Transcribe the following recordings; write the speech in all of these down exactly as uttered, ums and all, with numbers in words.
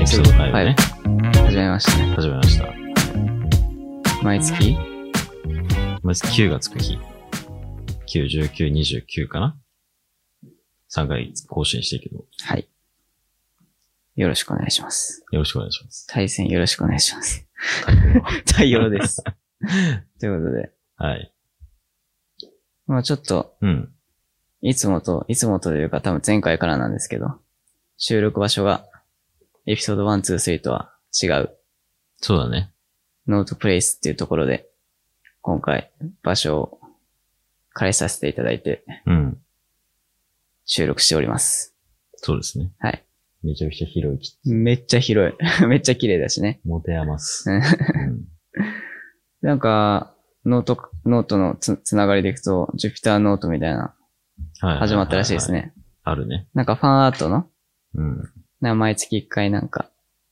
ピソードごね。 はい。始めましたね。 始めました。 毎月毎月きゅうがつく日。きゅう、じゅうきゅう、にじゅうきゅうかな ?さん 回更新していけど。 はい。よろしくお願いします。 よろしくお願いします。 対戦よろしくお願いします。対応です。ということで。 はい。 まあちょっと、 うん。 いつもと、いつもというか多分前回からなんですけど、収録場所がエピソードいち、に、さんとは違うそうだね。 ノートプレイスっていうところで、今回場所を変えさせていただいて、 うん。 収録しております。 そうですね。 はい。 めちゃくちゃ広いキッチン。 めっちゃ広い。めっちゃ綺麗だしね。 持て余す。 うんうんなんか、ノート、ノートのつ、つながりでいくと、ジュピターノートみたいな、 はいはいはいはい始まったらしいですね。 あるね。 なんかファンアートの、 うん。 なんか毎月一回なんか、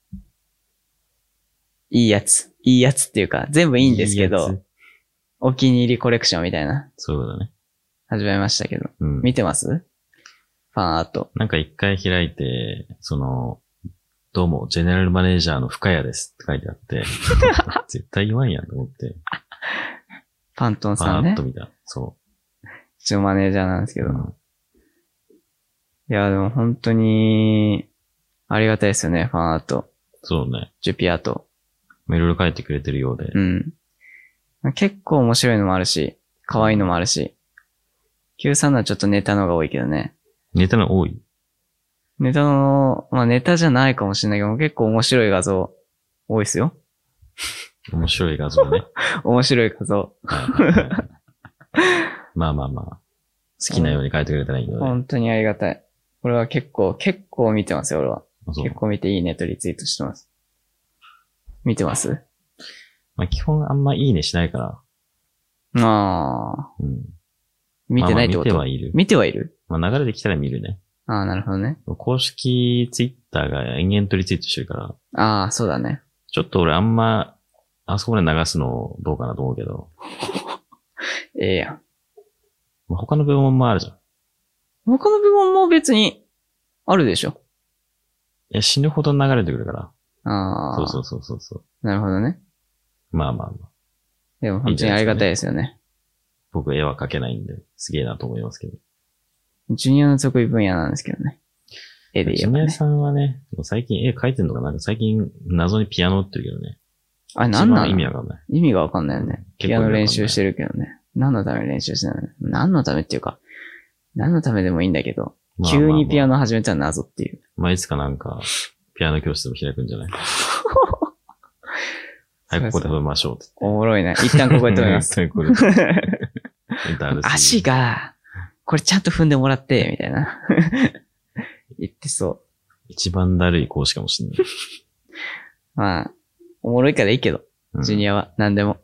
いいやつ、いいやつっていうか、全部いいんですけどいいやつ、 お気に入りコレクションみたいな、 そうだね。 始めましたけど、 うん。 見てますファンアート。 なんか一回開いて、その、どうも、ジェネラルマネージャーの深谷ですって書いてあって、絶対言わんやんと思って、 パントンさんねパーッと。見た。そうちのマネージャーなんですけう。 ど。 うんいや、でも本当に、ありがたいですよね、ファンアート。 そうね。 ジュピアート。 いろいろ書いてくれてるようで。 うん。結構面白いのもあるし、可愛いのもあるし。キューさんのはちょっとネタのが多いけどね。 ネタの多い。 ネタの、まあネタじゃないかもしれないけど、結構面白い画像多いですよ。 面白い画像ね。 面白い画像。 はいはいはいまあまあまあ。好きなように書いてくれたらいいので。 本当にありがたい。これは結構、結構見てますよ、俺は。 あそう結構見ていいねとリツイートしてます。見てますまあ基本あんまいいねしないから。 ああ、 うん。 見てないってこと、 まあまあ見てはいる。 見てはいるまあ流れてきたら見るね。 ああ、なるほどね。 公式ツイッターが延々とリツイートしてるから。 ああ、そうだね。 ちょっと俺あんま、あそこまで流すのどうかなと思うけど。 ええやん。 まあ、他の部門もあるじゃん。 他の部門も別に、あるでしょ。 いや、死ぬほど流れてくるから。 ああ。 そうそうそうそうそう。 なるほどね。 まあまあまあ。 でも本当にありがたいですよね。 僕絵は描けないんで、すげえなと思いますけど。 ジュニアの得意分野なんですけどね。絵で言えばね。 ジュニアさんはね、もう最近絵描いてんのかな、なんか最近謎にピアノ打ってるけどね。 あれ何なの一番意味わかんない。 意味がわかんないよね。 結構意味わかんないピアノ練習してるけどね。何のために練習してるの何のためっていうか、何のためでもいいんだけど、 まあ急にピアノ始めたら謎っていう。 まあいつかなんか、ピアノ教室でも開くんじゃないはい、ここで止めましょうっておもろいな。一旦ここで止めます。 言って。ここで足が、これちゃんと踏んでもらって、みたいな。言ってそ一番だるい講師かもしれない。 う。まあ、おもろいからいいけど、 うんジュニアは何でも。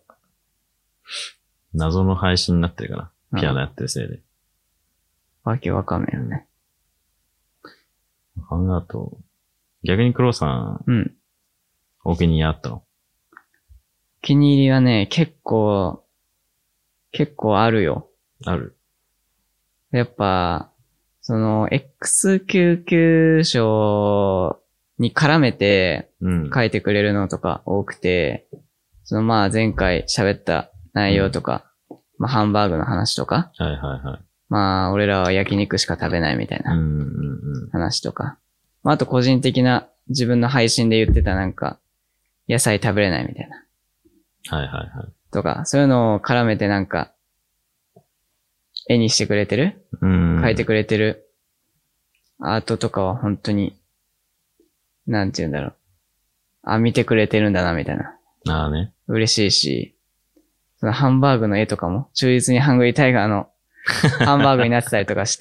謎の配信になってるかな。ピアノやってるせいで。 わけわかんないよね。 ファンアート。逆にクロウさん、 うん。 お気に入りあったの？ 気に入りはね、結構、結構あるよ。 ある。 やっぱ、その、エックスきゅうじゅうきゅう 賞に絡めてうん。 書いてくれるのとか多くて、そのまあ前回喋った内容とか、まあハンバーグの話とか、 はいはいはい。 まあ俺らは焼肉しか食べないみたいなうんうんうん。 話とか、まああと個人的な自分の配信で言ってたなんか、野菜食べれないみたいな。 はいはいはい。 とか、そういうのを絡めてなんか、絵にしてくれてるうん。 描いてくれてるアートとかは本当に、なんて言うんだろう。あ、見てくれてるんだな、みたいな。 ああね。 嬉しいし、そのハンバーグの絵とかも、忠実にハングリータイガーのハンバーグになってたりとかして、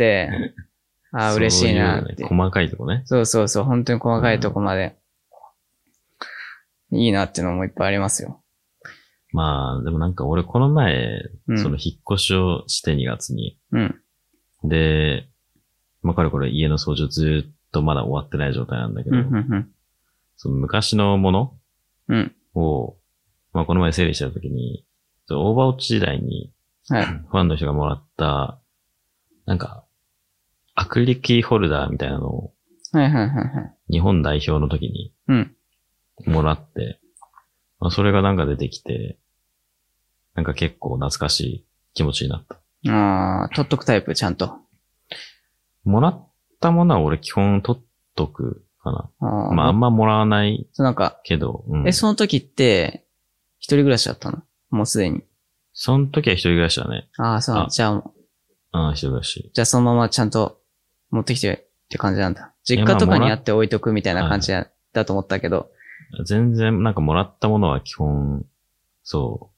ああ、嬉しいなって。 そういうね細かいとこね。 そうそうそう、本当に細かいとこまで、いいなっていうのもいっぱいありますよ。 まあ、でもなんか俺この前、 うんその引っ越しをしてにがつに。 うん。 で、まあかれこれ家の掃除ずっとまだ終わってない状態なんだけど、 うん、うん、 その昔のものうん。うん。 を、まあこの前整理した時に、そのオーバーウォッチ時代にはい。 ファンの人がもらった、なんか、アクリルキーホルダーみたいなのをはいはいはいはい。 日本代表の時にうん。 もらって、まあ、それがなんか出てきて、なんか結構懐かしい気持ちになった。 ああ、取っとくタイプ、ちゃんと。 もらったものは俺基本取っとくかな。 あまああんまもらわないそうなんか、 けど、うん、 え、その時って、一人暮らしだったのもうすでに。 その時は一人暮らしだね。 ああ、そうなんあだ。じゃあ、 ああ、一人暮らし。 じゃあそのままちゃんと持ってきてって感じなんだ。実家とかにあって置いとくみたいな感じだと思ったけど。 全然なんかもらったものは基本、そう、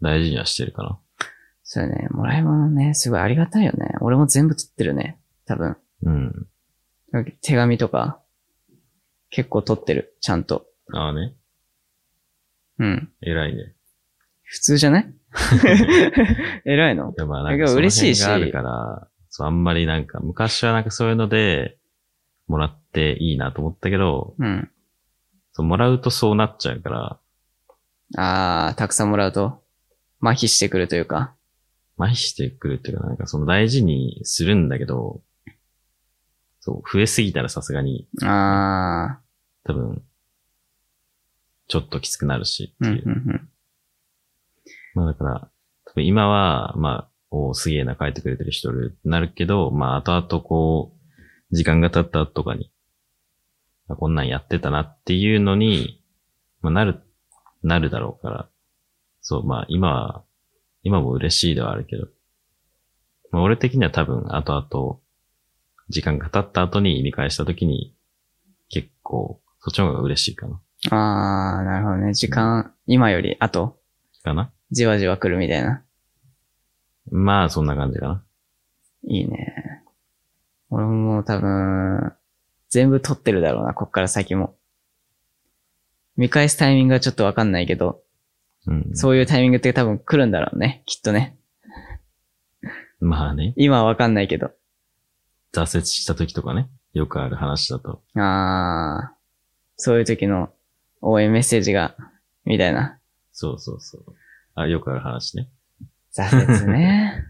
大事にはしてるかな。 そうね、もらい物ね、すごいありがたいよね。俺も全部取ってるね。多分。 うん。 手紙とか、結構取ってる。ちゃんと。 ああね。 うん。 偉いね。 普通じゃない偉いのいやまあなんかその辺があるから、そう、あんまりなんか、昔はなんかそういうので、もらっていいなと思ったけど、 うん。 そう、もらうとそうなっちゃうから、 ああ、たくさんもらうと、麻痺してくるというか。 麻痺してくるっていうか、なんかその大事にするんだけど、そう、増えすぎたらさすがに、 ああ、 多分、ちょっときつくなるしうん、 っていう。 うん、うん。 まあだから、多分今は、まあ、おすげえな書いてくれてる人いるなるけど、まあ後々こう、時間が経った後とかに、あこんなんやってたなっていうのに、まあなる、なるだろうから。そう、まあ今は、今も嬉しいではあるけど、まあ俺的には多分後々、時間が経った後に見返した時に、結構、そっちの方が嬉しいかな。 ああ、なるほどね。時間、今より後、 かなじわじわ来るみたいな。 まあそんな感じかな。 いいね。俺ももう多分、全部取ってるだろうな、こっから先も。見返すタイミングはちょっとわかんないけど、 うん。 そういうタイミングって多分来るんだろうね、きっとね。 まあね。 今はわかんないけど。 挫折した時とかね。よくある話だと。 ああ、そういう時の応援メッセージが、みたいな。 そうそうそう。あ、よくある話ね。 挫折ね。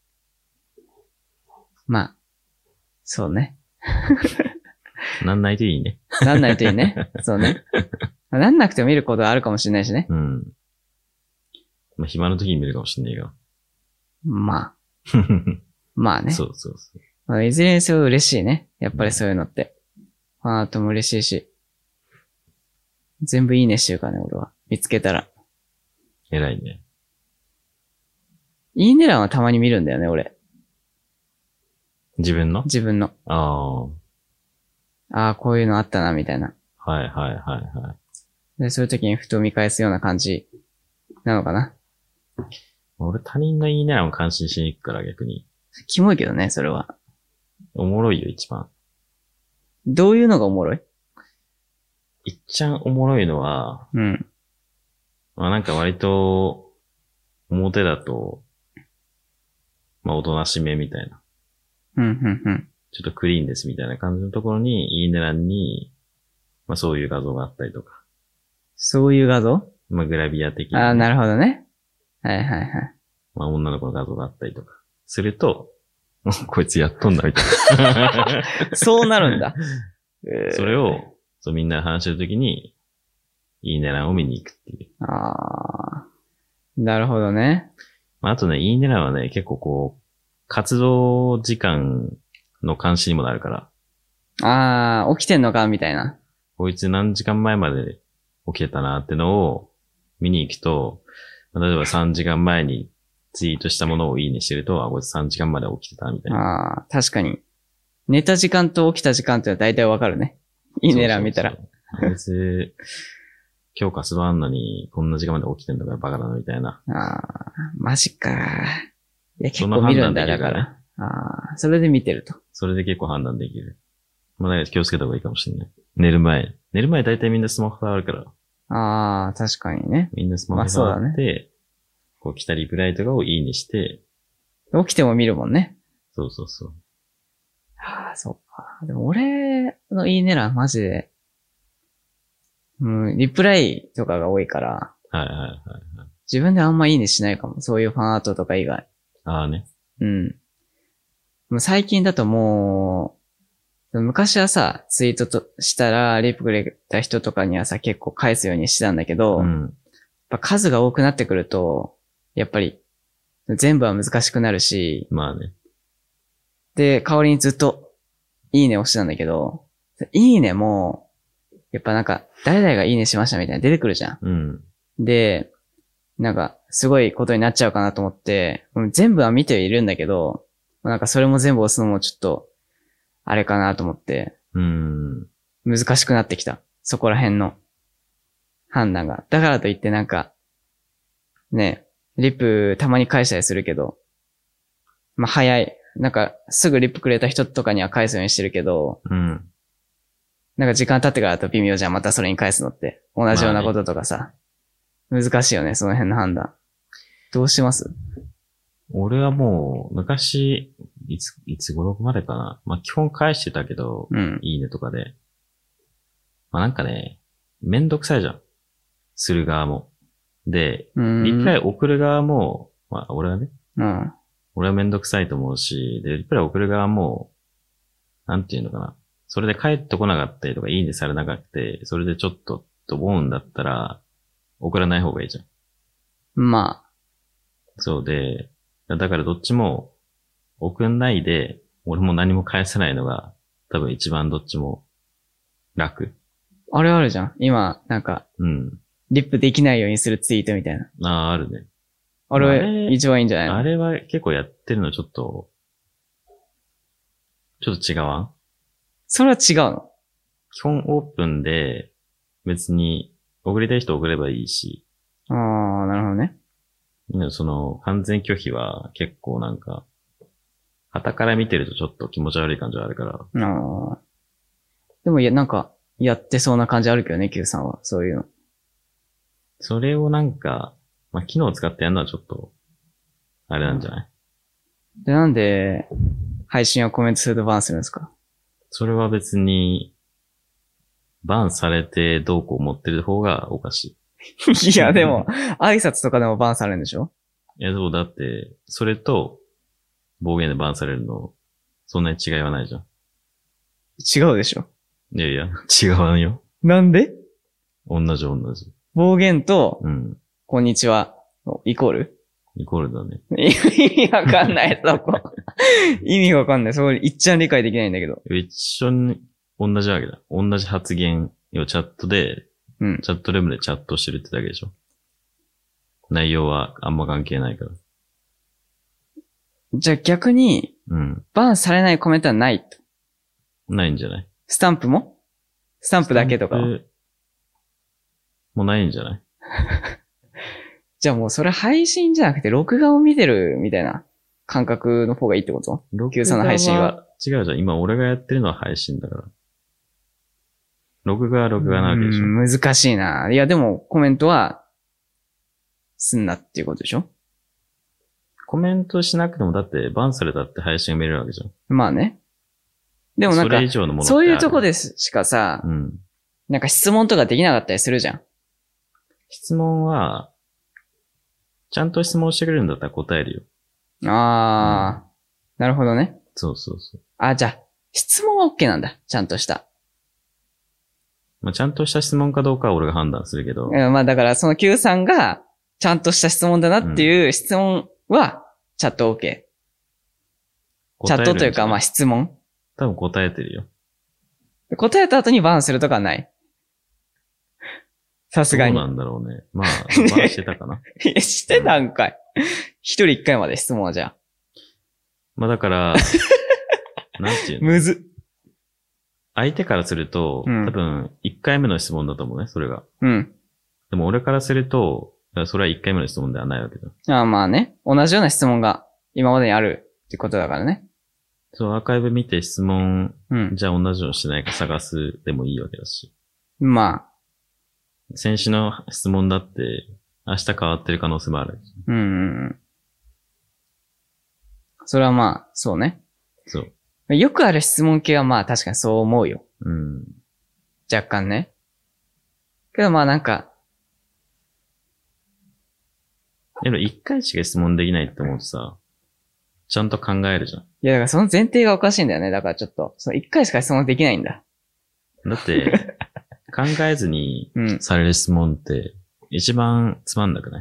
まあ、そうね。 なんないといいね。 なんないといいね。そうね。なんなくても見ることはあるかもしれないしね。 うん。まあ、暇の時に見るかもしんないが。 まあ、まあね。 そうそうそう。 まあ、いずれにせよ嬉しいね。やっぱりそういうのって。ファンアートも嬉しいし。全部いいねしてるからね、俺は。見つけたら。 偉いね。 いいね欄はたまに見るんだよね、俺。 自分の自分の。 ああ。 ああ、こういうのあったな、みたいな。 はいはいはいはい。 で、そういう時にふと見返すような感じなのかな。 俺他人のいいね欄を感心しに行くから逆に。 キモいけどね、それは。 おもろいよ、一番。 どういうのがおもろい？ いっちゃんおもろいのは、 うん。 まあなんか割と、表だと、まあおとなしめみたいな。 うん、うん、うん。 ちょっとクリーンですみたいな感じのところに、いいね欄に、まあそういう画像があったりとか。 そういう画像？ まあグラビア的な、ね。 ああ、なるほどね。はいはいはい。 まあ女の子の画像があったりとか。すると、こいつやっとんだみたいな。 そうなるんだ。 それを、そうみんなで話してるときに、いいね欄を見に行くっていう。 ああ。なるほどね。 まああとね、いいね欄はね、結構こう、活動時間の監視にもなるから。 ああ、起きてんのかみたいな。 こいつ何時間前まで起きてたなってのを見に行くと、例えばさんじかんまえにツイートしたものをいいねしてると、あ、こいつさんじかんまで起きてたみたいな。 ああ、確かに。寝た時間と起きた時間ってのは大体わかるね。いいね欄見たら。 そうそうそうこいつ、今日活動あんのに、こんな時間まで起きてんのかバカだなみたいな。 ああ、マジか。いや、結その構見るんだ、 判断できるからだから。ああ、それで見てると。 それで結構判断できる。まあだから気をつけた方がいいかもしれない。寝る前。寝る前大体みんなスマホ触るから。 ああ、確かにね。 みんなスマホ触って、こう来たリプライとかをいいにして、 起きても見るもんね。 そうそうそう。 ああ、そうか。でも俺のいいね欄マジで、うん、リプライとかが多いから、 はいはいはい、はい。 自分であんまいいねしないかも。そういうファンアートとか以外。 ああね。 うん。もう最近だともう、 昔はさ、ツイートとしたら、リプくれた人とかにはさ、結構返すようにしてたんだけど、 うん。 やっぱ数が多くなってくると、やっぱり、全部は難しくなるし、 まあね。 で、代わりにずっと、いいねをしてたんだけど、いいねも、やっぱなんか、誰々がいいねしましたみたいな出てくるじゃん。 うん。 で、なんか、すごいことになっちゃうかなと思って、うん全部は見てはいるんだけど、なんかそれも全部押すのもちょっと、あれかなと思って、 うん。 難しくなってきた。そこら辺の判断が。だからといってなんか、ね、リップたまに返したりするけど、まあ早い。なんか、すぐリップくれた人とかには返すようにしてるけど、 うん。 なんか時間経ってからだと微妙じゃん。またそれに返すのって。同じようなこととかさ。難しいよね、その辺の判断。どうします？ 俺はもう、昔、いつ、いつ頃までかな。まあ基本返してたけど、 うん。 いいねとかで。まあなんかね、めんどくさいじゃん。する側も。で、 うーん。 リプライ送る側も、まあ俺はね、 うん。 俺はめんどくさいと思うし、で、リプライ送る側も、なんていうのかな。それで帰ってこなかったりとか、いいねされなかったり、それでちょっと、と思うんだったら、送らない方がいいじゃん。 まそうで、だからどっちも、送んないで、俺も何も返さないのが、多分一番どっちも楽。 あ、あれあるじゃん。今、なんか、 うん。 リップできないようにするツイートみたいな。 ああ、あるね。 ああれれ、一番いいんじゃないの？ あれは結構やってるのちょっと、ちょっと違わん？ それは違うの？ 基本オープンで、別に、送りたい人送ればいいし、 ああ、なるほどね。 ねその、完全拒否は結構なんか、傍から見てるとちょっと気持ち悪い感じはあるから。 ああ。でも、いや、なんか、やってそうな感じあるけどね、Q さんは。そういうの。 それをなんか、まあ、機能を使ってやるのはちょっと、あれなんじゃない？ で、なんで、配信をコメントするとバンするんですか？ それは別に、バンされてどうこう思ってる方がおかしい。 いや、でも、挨拶とかでもバンされるんでしょ？ いや、そうだって、それと、暴言でバンされるの、そんなに違いはないじゃん。 違うでしょ？ いやいや、違うよ。 なんで？ 同じ同じ。 暴言と、 うん。 こんにちは、イコール？ イコールだね。 意味わかんない、そこ。意味わかんない。そこ、いっちゃん理解できないんだけど。 一緒に、同じわけだ。同じ発言をチャットで、 うん。 チャットルームでチャットしてるってだけでしょ。内容はあんま関係ないから。 じゃあ逆に、 うん。 バンされないコメントはないと。 ないんじゃない？ スタンプもスタンプだけとかは。 スタンプもうないんじゃない？ じゃあもうそれ配信じゃなくて録画を見てるみたいな感覚の方がいいってこと？Q さんの配信は。 違うじゃん。今俺がやってるのは配信だから。録画は録画なわけでしょ。 うん難しいな。いやでもコメントは、すんなっていうことでしょ？ コメントしなくてもだってバンされたって配信が見れるわけじゃん。 まあね。でもなんかそれ以、上のものってある。 そういうとこでしかさ、 うん。 なんか質問とかできなかったりするじゃん。 質問は、ちゃんと質問してくれるんだったら答えるよ。 あー、なるほどね。 そうそうそう。 あ、じゃあ、質問は OK なんだ。ちゃんとした。 まあ、ちゃんとした質問かどうかは俺が判断するけど。 うんまあだからその Q さんが、ちゃんとした質問だなっていう質問は、チャット OK。チャットというかまあ質問。 多分答えてるよ。 答えた後にバンするとかはない。さすがに。 そうなんだろうね。まあ、バンしてたかな。 いやしてたんかい。一人一回まで質問はじゃあ。 まあだから、なんていうの？ むず。 相手からすると、 うん多分、一回目の質問だと思うね、それが。 うん。 でも俺からすると、それは一回目の質問ではないわけだ。 ああまあね。同じような質問が今までにあるってことだからね。 そう、アーカイブ見て質問、 うん。 じゃあ同じのしてないか探すでもいいわけだし。 まあ。 先週の質問だって、明日変わってる可能性もある。 うんうんうん。それはまあ、そうね。 そう。 よくある質問系はまあ確かにそう思うよ。 うん。 若干ね。けどまあなんか、 でも一回しか質問できないって思うとさ、 ちゃんと考えるじゃん。 いや、だからその前提がおかしいんだよね。だからちょっと、その一回しか質問できないんだ。 だって、考えずにうん。 される質問って一番つまんなくない？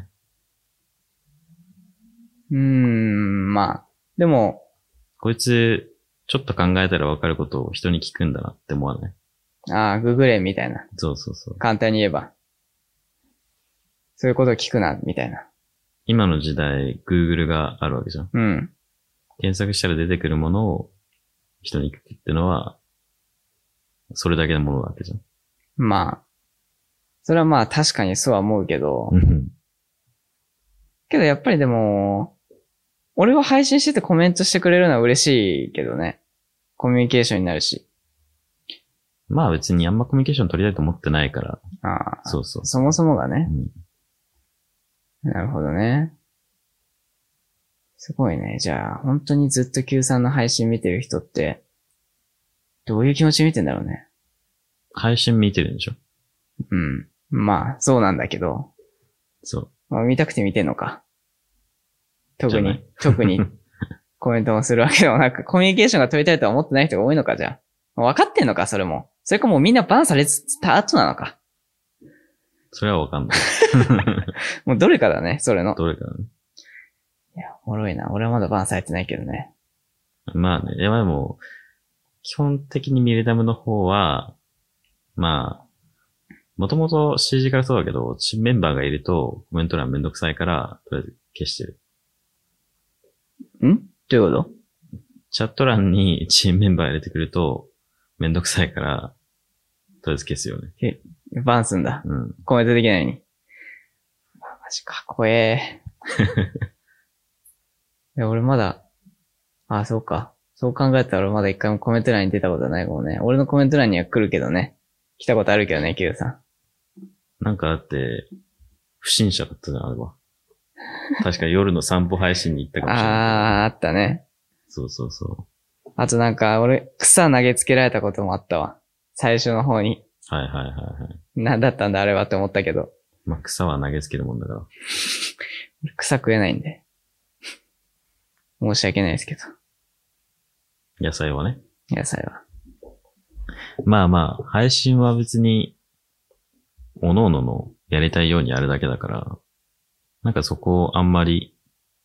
うーん、まあ。でも、 こいつ、ちょっと考えたらわかることを人に聞くんだなって思わない？ ああ、ググれみたいな。 そうそうそう。 簡単に言えば。そういうことを聞くな、みたいな。 今の時代、Google があるわけじゃん。 うん。 検索したら出てくるものを人に聞くってのは、それだけのものなわけじゃん。 まあ。それはまあ確かにそうは思うけど。 うんけどやっぱりでも、俺は配信しててコメントしてくれるのは嬉しいけどね。コミュニケーションになるし。 まあ別にあんまコミュニケーション取りたいと思ってないから。 ああ。 そうそう。 そもそもがね。 うん、 なるほどね。すごいね。じゃあ、本当にずっと Q さんの配信見てる人って、どういう気持ちで見てんだろうね。 配信見てるんでしょ？ うん。まあ、そうなんだけど。 そう。 まあ、見たくて見てんのか。特に、特にコメントもするわけでもなく、コミュニケーションが取りたいとは思ってない人が多いのか、じゃあ。分かってんのか、それも。それかもうみんなバンされた後なのか。 それはわかんない。 もうどれかだね、それの。 どれかだね。 いや、おもろいな。俺はまだバンされてないけどね。 まあね、でも、基本的にミレダムの方は、まあ、もともと シージー からそうだけど、新メンバーがいるとコメント欄めんどくさいから、とりあえず消してる。 んどういうこと？ チャット欄にチームメンバー入れてくると、めんどくさいから、とりあえず消すよね。 え、バンすんだ。 うん。 コメントできないのに。マジかっこええ。いや、俺まだ、あ、そうか。そう考えたら俺まだ一回もコメント欄に出たことはないかもね。俺のコメント欄には来るけどね。来たことあるけどね、Q さん。 なんかだって、不審者だったじゃん、あれは。確か夜の散歩配信に行ったかもしれない。 あー、あったね。 そうそうそあとなんか、俺、草投げつけられたこともあったわ。最初の方に。 う。はいはいはいはい。 何だったんだあれはって思ったけど。 まあ、草は投げつけるもんだから。 草食えないんで。申し訳ないですけど。 野菜はね。 野菜は。 まあまあ、配信は別に、各々のやりたいようにやるだけだから、なんかそこをあんまり、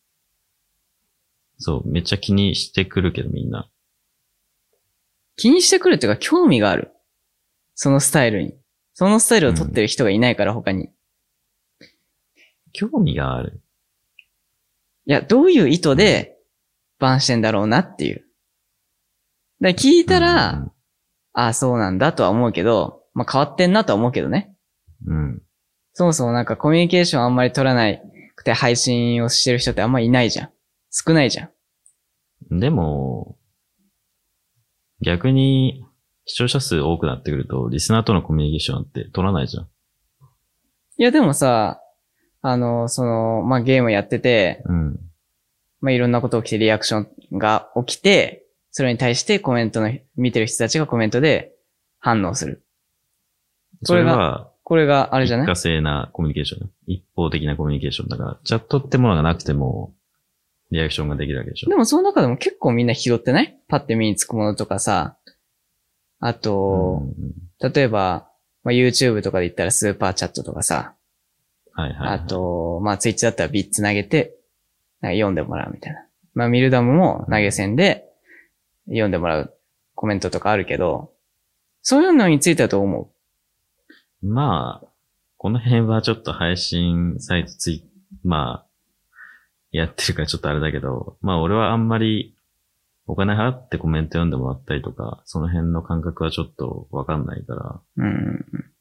そう、めっちゃ気にしてくるけどみんな。 気にしてくるっていうか興味がある。そのスタイルに。そのスタイルを取ってる人がいないから、他に。 興味がある。 いや、どういう意図でバンしてんだろうなっていう。だから聞いたら、 うんああ、そうなんだとは思うけど、まあ変わってんなとは思うけどね。 うん。うん。 そもそもなんかコミュニケーションあんまり取らないくて配信をしてる人ってあんまいないじゃん。少ないじゃん。 でも、逆に視聴者数多くなってくると、リスナーとのコミュニケーションって取らないじゃん。 いやでもさ、あの、その、まあゲームやってて、 うん。 まあいろんなこと起きてリアクションが起きて、それに対してコメントの、見てる人たちがコメントで反応する。 それは、 これがあれじゃない？ 一過性なコミュニケーション。一方的なコミュニケーションだから、チャットってものがなくても、リアクションができるわけでしょ。 でもその中でも結構みんな拾ってないパッて目につくものとかさ。あと、 うん、 例えば、まあ、YouTube とかで言ったらスーパーチャットとかさ。 はいはい、はい。 あと、まあ Twitch だったらビッツ投げて、なんか読んでもらうみたいな。まあミルダムも投げ銭で読んでもらうコメントとかあるけど、そういうのについてはどう思まあ、この辺はちょっと配信サイトつい、まあ、やってるからちょっとあれだけど、まあ俺はあんまりお金払ってコメント読んでもらったりとか、その辺の感覚はちょっとわかんないから。 う？うん。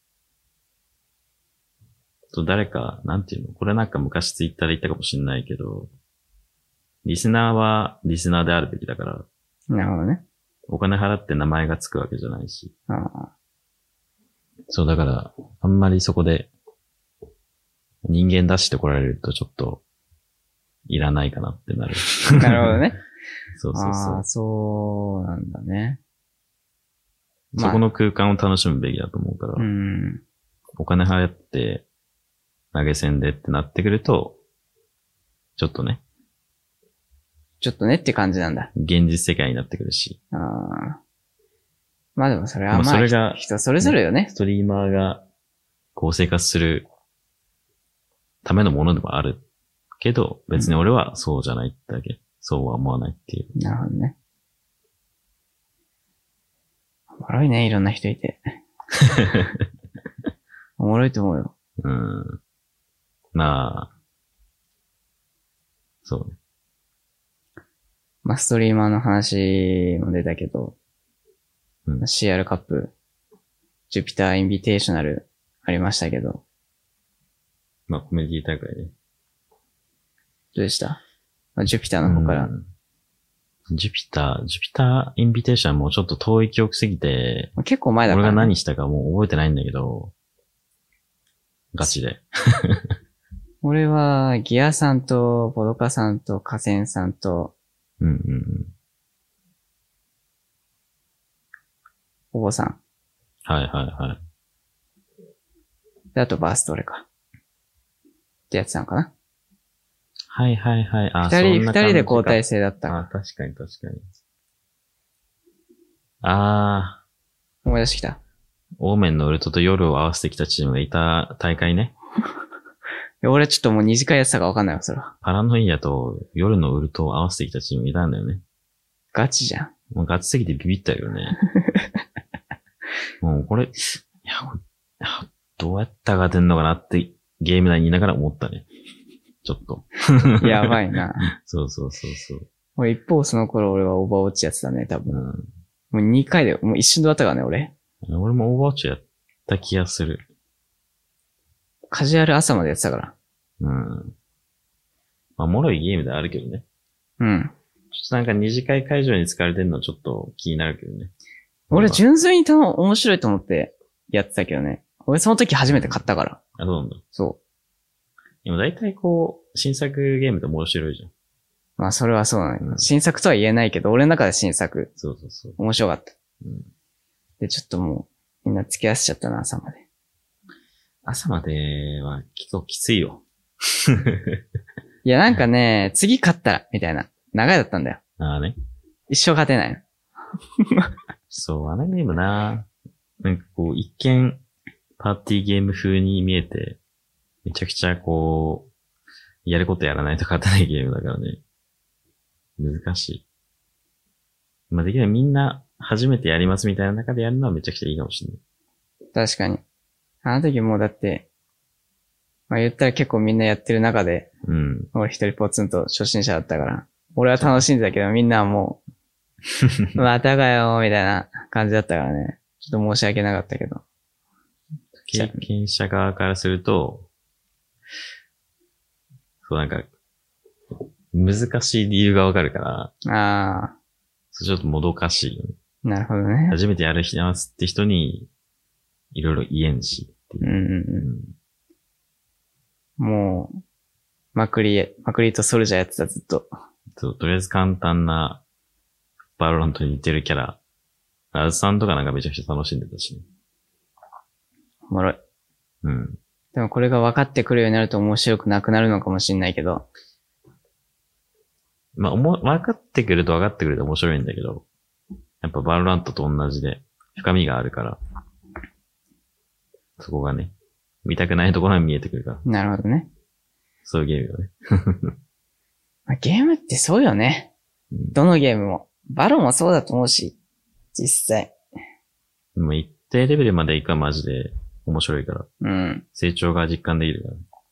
と誰か、なんていうの、これなんか昔ツイッターで言ったかもしれないけど、リスナーはリスナーであるべきだから。 なるほどね。 お金払って名前がつくわけじゃないし。 ああ。 そうだから、あんまりそこで人間出してこられるとちょっといらないかなってなる。 なるほどね。 そうそうそう。 ああ、そうなんだね。 そこの空間を楽しむべきだと思うから。 うん。 お金払って投げ銭でってなってくると、ちょっとね、 ちょっとねって感じなんだ。 現実世界になってくるし。 ああ。まあでもそれはまあまあ、 それが人それぞれよね。 ストリーマーが、こう生活するためのものでもあるけど、別に俺はそうじゃないってだけ。そうは思わないっていう。 なるほどね。おもろいね、いろんな人いて。おもろいと思うよ。 うん。まあ、そうね。 まあ、ストリーマーの話も出たけど、 うん、 シーアール カップ、ジュピターインビテーショナルありましたけど。 まあ、コメディ大会で。 どうでした？まあ、ジュピターの方から、 うん。ジュピター、ジュピターインビテーションもうちょっと遠い記憶すぎて、 結構前だから、ね。 俺が何したかもう覚えてないんだけど、ガチで。 俺は、ギアさんと、ボドカさんと、カセンさんと、 うんうんうん。 お坊さん。 はいはいはい。 で、あとバーストレか。ってやつなのかな。 はいはいはい。あ、 二人、二人で交代制だった。 あ、確かに確かに。あー。思い出してきた。 オーメンのウルトと夜を合わせてきたチームがいた大会ね。 いや俺ちょっともう二次会やってたかわかんないわ、それは。 パラノイアと夜のウルトを合わせてきたチームがいたんだよね。 ガチじゃん。 もうガチすぎてビビったよね。もうこれ、いや、どうやったら勝てんのかなってゲーム内にいながら思ったね。ちょっと。 やばいな。 そうそうそうそう。 俺一方その頃俺はオーバーウォッチやってたね、多分。 うん、 もうにかいで、もう一瞬で終わったからね、俺。 俺もオーバーウォッチやった気がする。 カジュアル朝までやってたから。 うん。まあ、脆いゲームであるけどね。 うん。 ちょっとなんか二次会会場に使われてるのはちょっと気になるけどね。 俺純粋にたの面白いと思ってやってたけどね。俺その時初めて買ったから。 あ、そうなんだ。 そう。 でも大体こう、新作ゲームって面白いじゃん。 まあそれはそうだね、うん。新作とは言えないけど、俺の中で新作。 そうそうそう。 面白かった。 うん、 で、ちょっともう、みんな付き合わせちゃったな、朝まで。 朝までは結構きついよ。 いや、なんかね、次勝ったら、みたいな。長いだったんだよ。 ああね。 一生勝てない。 そう、あのゲームな。なんかこう、一見、パーティーゲーム風に見えて、めちゃくちゃこう、やることやらないと勝てないゲームだからね。難しい。まあ、できればみんな初めてやりますみたいな中でやるのはめちゃくちゃいいかもしれない。 確かに。あの時もうだって、まあ言ったら結構みんなやってる中で、 うん。 俺一人ポツンと初心者だったから、俺は楽しんでたけどみんなはもう、またかよ、みたいな感じだったからね。ちょっと申し訳なかったけど。 経験者側からすると、そうなんか、難しい理由がわかるから、 ああ。 ちょっともどかしいよね。 なるほどね。 初めてやる人って人に、いろいろ言えんしっていう。 うんうんうん。もう、まくり、まくりとソルジャーやってた、ずっと。 そう、とりあえず簡単な、バロラントに似てるキャラ。アズさんとかなんかめちゃくちゃ楽しんでたし、ね。 おもろい。 うん。 でもこれが分かってくるようになると面白くなくなるのかもしれないけど。 まあ、おも、分かってくると分かってくると面白いんだけど、やっぱバロラントと同じで深みがあるから、そこがね、見たくないところが見えてくるから。 なるほどね。 そういうゲームよね。 まあ、ゲームってそうよね。うん、どのゲームも。バロもそうだと思うし、実際。 でも一定レベルまでいくはマジで面白いから。 うん。 成長が実感できるから。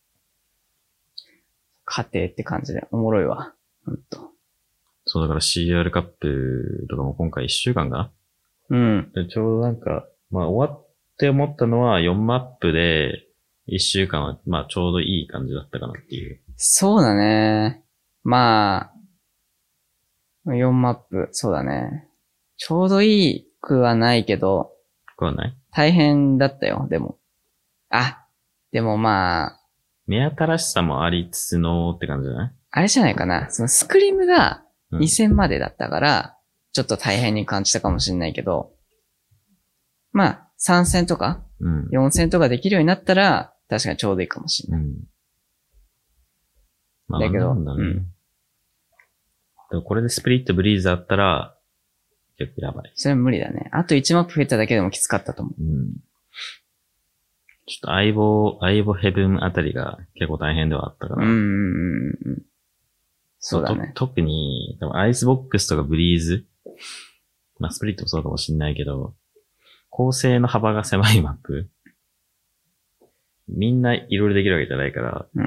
家庭って感じでおもろいわ。ほんと。 そうだから シーアール カップとかも今回いっしゅうかんかな。 うん。 でちょうどなんか、まあ終わって思ったのはよんマップでいっしゅうかんはまあちょうどいい感じだったかなっていう。 そうだね。まあ、よんマップ、そうだね。ちょうどいいくはないけど。 くはない？ 大変だったよ、でも。あ、でもまあ。 目新しさもありつつのって感じじゃない？ あれじゃないかな。そのスクリームがに戦までだったから、ちょっと大変に感じたかもしれないけど、まあ、さん戦とか、うん、よん戦とかできるようになったら、確かにちょうどいいかもしれない。うん、 まあ、 だけど、 なんだね、うん。 でもこれでスプリットブリーズあったら、結構やばい。 それは無理だね。あといちマップ増えただけでもきつかったと思う。 うん。ちょっと相棒、相棒ヘブンあたりが結構大変ではあったから。 うんうんうんうん。そうだね。 特に、多分アイスボックスとかブリーズ。まあスプリットもそうかもしんないけど、構成の幅が狭いマップ。みんないろいろできるわけじゃないから。 うん。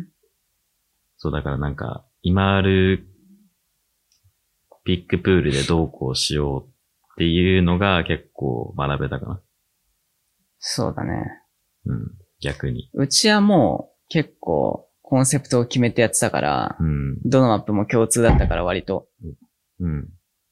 そうだからなんか、今あるビッグプールでどうこうしようっていうのが結構学べたかな。 そうだね。 うん。逆に。 うちはもう結構コンセプトを決めてやってたから、 うん。 どのマップも共通だったから割と。 うん。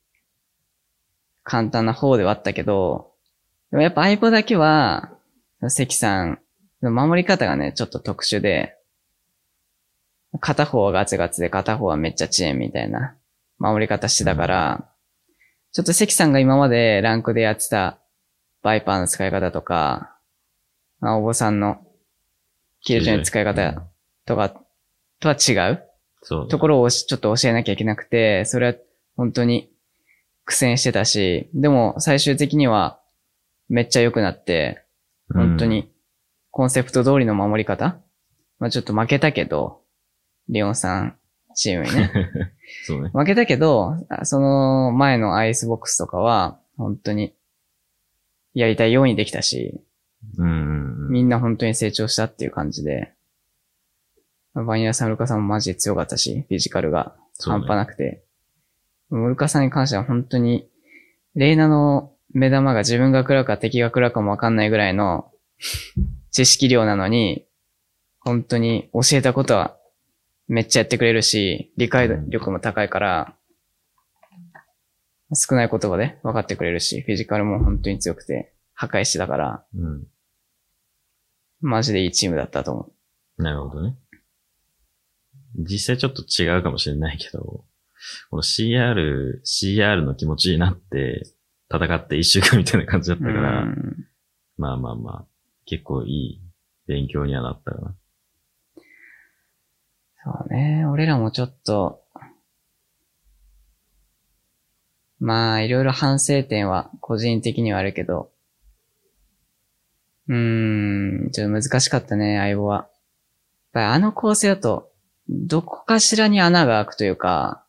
簡単な方ではあったけど、でもやっぱ相棒だけは、関さんの守り方がね、ちょっと特殊で、片方はガツガツで片方はめっちゃ遅延みたいな守り方してたから、うん、ちょっと関さんが今までランクでやってたバイパーの使い方とか、まあ、お坊さんのキルジョンの使い方とかとは違うそうところをちょっと教えなきゃいけなくて、それは本当に苦戦してたし、でも最終的にはめっちゃ良くなって、本当にコンセプト通りの守り方、まあちょっと負けたけど、リオンさんチームにね。 そうね。 負けたけど、その前のアイスボックスとかは、本当にやりたいようにできたし、 うんうんうん、 みんな本当に成長したっていう感じで、バニラさん、ルカさんもマジで強かったし、フィジカルが半端なくて。ね、ルカさんに関しては本当に、レイナの目玉が自分が食らうか敵が食らうかもわかんないぐらいの知識量なのに、本当に教えたことはめっちゃやってくれるし、理解力も高いから、少ない言葉で分かってくれるし、フィジカルも本当に強くて、破壊してたから、 うん、 マジでいいチームだったと思う。なるほどね。実際ちょっと違うかもしれないけど、この シーアール、シーアール の気持ちになって戦って一週間みたいな感じだったから、まあまあまあ、結構いい勉強にはなったかな。 そうね、俺らもちょっと、まあいろいろ反省点は個人的にはあるけど、うーん、ちょっと難しかったね、相棒は。やっぱりあの構成だと、どこかしらに穴が開くというか、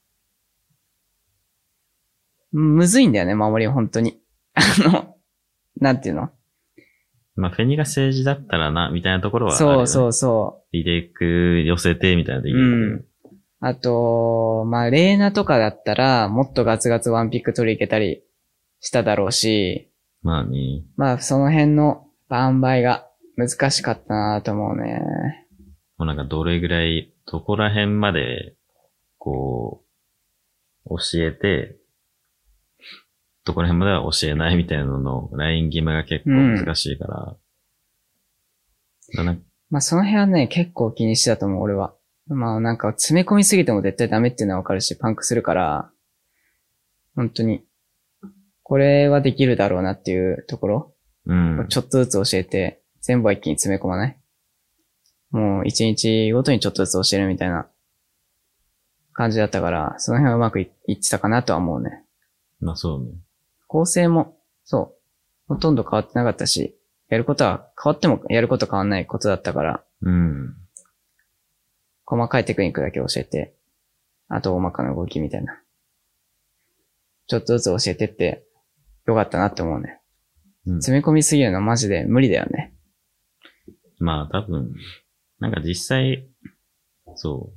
むずいんだよね、守り本当に。あの、なんていうの？ まあ、フェニが政治だったらな、みたいなところはあるよね。 そうそうそう。 リレーク寄せて、みたいなできる。 うん。あと、まあ、レーナとかだったら、もっとガツガツワンピック取りいけたりしただろうし、 まあね。 まあ、その辺の塩梅が難しかったなと思うね。 もうなんかどれぐらい、どこら辺まで、こう、教えて、どこら辺までは教えないみたいなののライン決めが結構難しいから。うん、だなまあその辺はね、結構気にしてたと思う、俺は。まあなんか詰め込みすぎても絶対ダメっていうのはわかるし、パンクするから、本当に、これはできるだろうなっていうところ、 うん、 ちょっとずつ教えて、全部は一気に詰め込まない。もう一日ごとにちょっとずつ教えるみたいな感じだったから、その辺はうまくいってたかなとは思うね。 まあそうね。 構成も、そう、ほとんど変わってなかったし、やることは、変わってもやること変わんないことだったから、 うん。 細かいテクニックだけ教えて、あと大まかな動きみたいな。ちょっとずつ教えてって、よかったなって思うね。うん、詰め込みすぎるのはマジで無理だよね。 まあ多分、なんか実際、そう。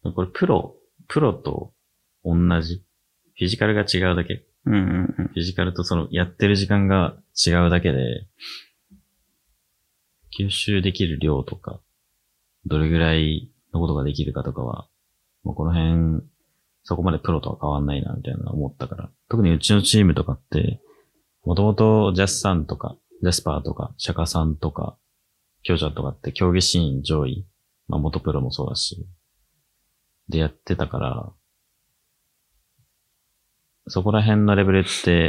これプロ、プロと同じ。フィジカルが違うだけ。 うんうんうん。 フィジカルとそのやってる時間が違うだけで、吸収できる量とか、どれぐらいのことができるかとかは、もうこの辺、そこまでプロとは変わんないな、みたいな思ったから。特にうちのチームとかって、もともとジャスさんとか、ジャスパーとか、シャカさんとか、キョウちゃんとかって競技シーン上位、まあ元プロもそうだし、でやってたから、そこら辺のレベルって、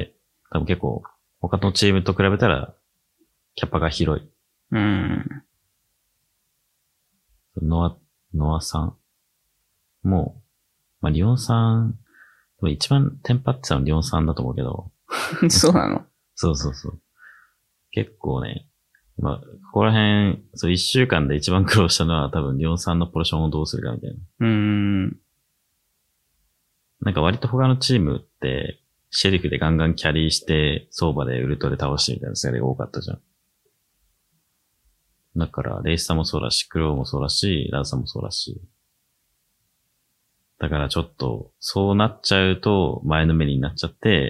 多分結構、他のチームと比べたら、キャパが広い。 うん。 ノア、ノアさんも、 まあ、リオンさん、一番テンパってたのリオンさんだと思うけど。 そうなの？ そうそうそう。結構ね、まあ、ここら辺、そう、一週間で一番苦労したのは多分リオンさんのポジションをどうするかみたいな。 うーん。 なんか割と他のチームって、シェリフでガンガンキャリーして、相場でウルトで倒してみたいなスが多かったじゃん。だから、レイスタもそうだし、クローもそうだし、ラウサもそうだし。だからちょっと、そうなっちゃうと、前のめりになっちゃって、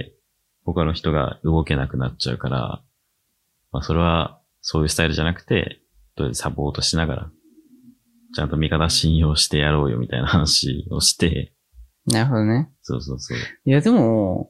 他の人が動けなくなっちゃうから、まあそれは、そういうスタイルじゃなくて、とりあえずサポートしながら、ちゃんと味方信用してやろうよみたいな話をして。 なるほどね。 そうそうそう。 いやでも、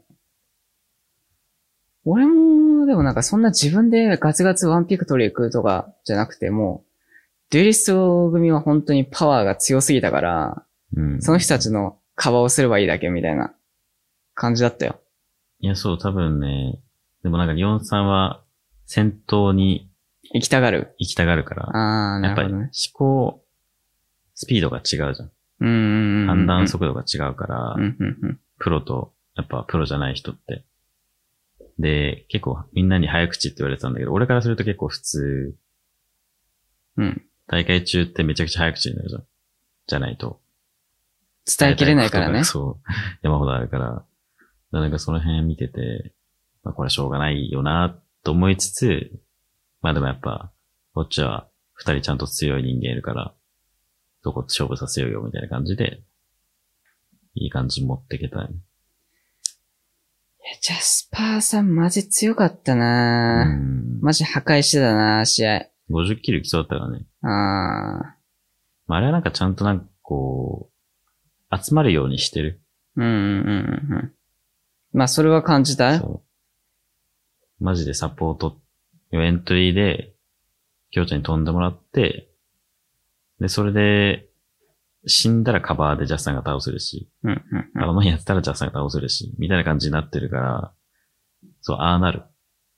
俺も、でもなんかそんな自分でガツガツワンピック取り行くとかじゃなくても、デュエリスト組は本当にパワーが強すぎたから、 うん、 その人たちのカバーをすればいいだけみたいな感じだったよ。 いや、そう、多分ね、でもなんかリオンさんは先頭に行きたがる。 行きたがるから、 あー、なるほどね。 やっぱり思考、スピードが違うじゃん。 うんうんうん。 判断速度が違うから、 うんうんうん、 プロと、やっぱプロじゃない人って。で、結構みんなに早口って言われてたんだけど、俺からすると結構普通。 うん。 大会中ってめちゃくちゃ早口になるじゃん。じゃないと。 伝えきれないからね。 そう。山ほどあるから。なんかその辺見てて、まあこれしょうがないよな、と思いつつ、まあでもやっぱ、こっちは二人ちゃんと強い人間いるから、そこ勝負させようよみたいな感じで、いい感じに持っていけたね。 いや、ジャスパーさんマジ強かったなぁ。うん。マジ破壊してたなぁ、試合。 ごじゅっキル来そうだったからね。 ああ。 まああれはなんかちゃんとなんかこう、集まるようにしてる。 うんうんうんうん。まあそれは感じた。そう。マジでサポート、エントリーで、きょうちゃんに飛んでもらって、で、それで、死んだらカバーでジャスさんが倒せるし、 うんうんうん、 あの前やってたらジャスさんが倒せるし、みたいな感じになってるから、そう、ああなる。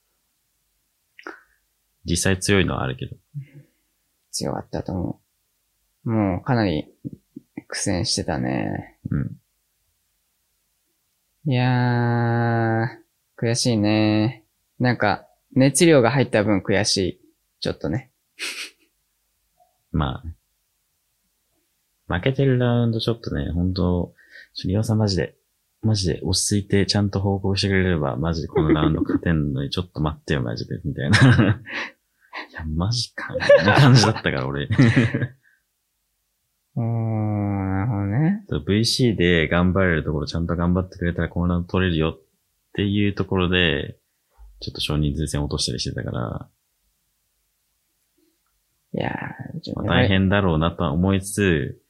実際強いのはあるけど。 強かったと思う。もうかなり苦戦してたね。 うん。 いやー、悔しいね。なんか、熱量が入った分悔しい。ちょっとね。 まあ、負けてるラウンドちょっとね、本当リオさんマジで、マジで落ち着いてちゃんと報告してくれれば、マジでこのラウンド勝てんのにちょっと待ってよ、マジで、みたいな。いや、マジか、みたいな感じだったから、俺。 うーん、なるほどね。 ブイシー で頑張れるところちゃんと頑張ってくれたらこのラウンド取れるよっていうところで、ちょっと少人数戦落としたりしてたから。 いやー、 まあ、大変だろうなとは思いつつ、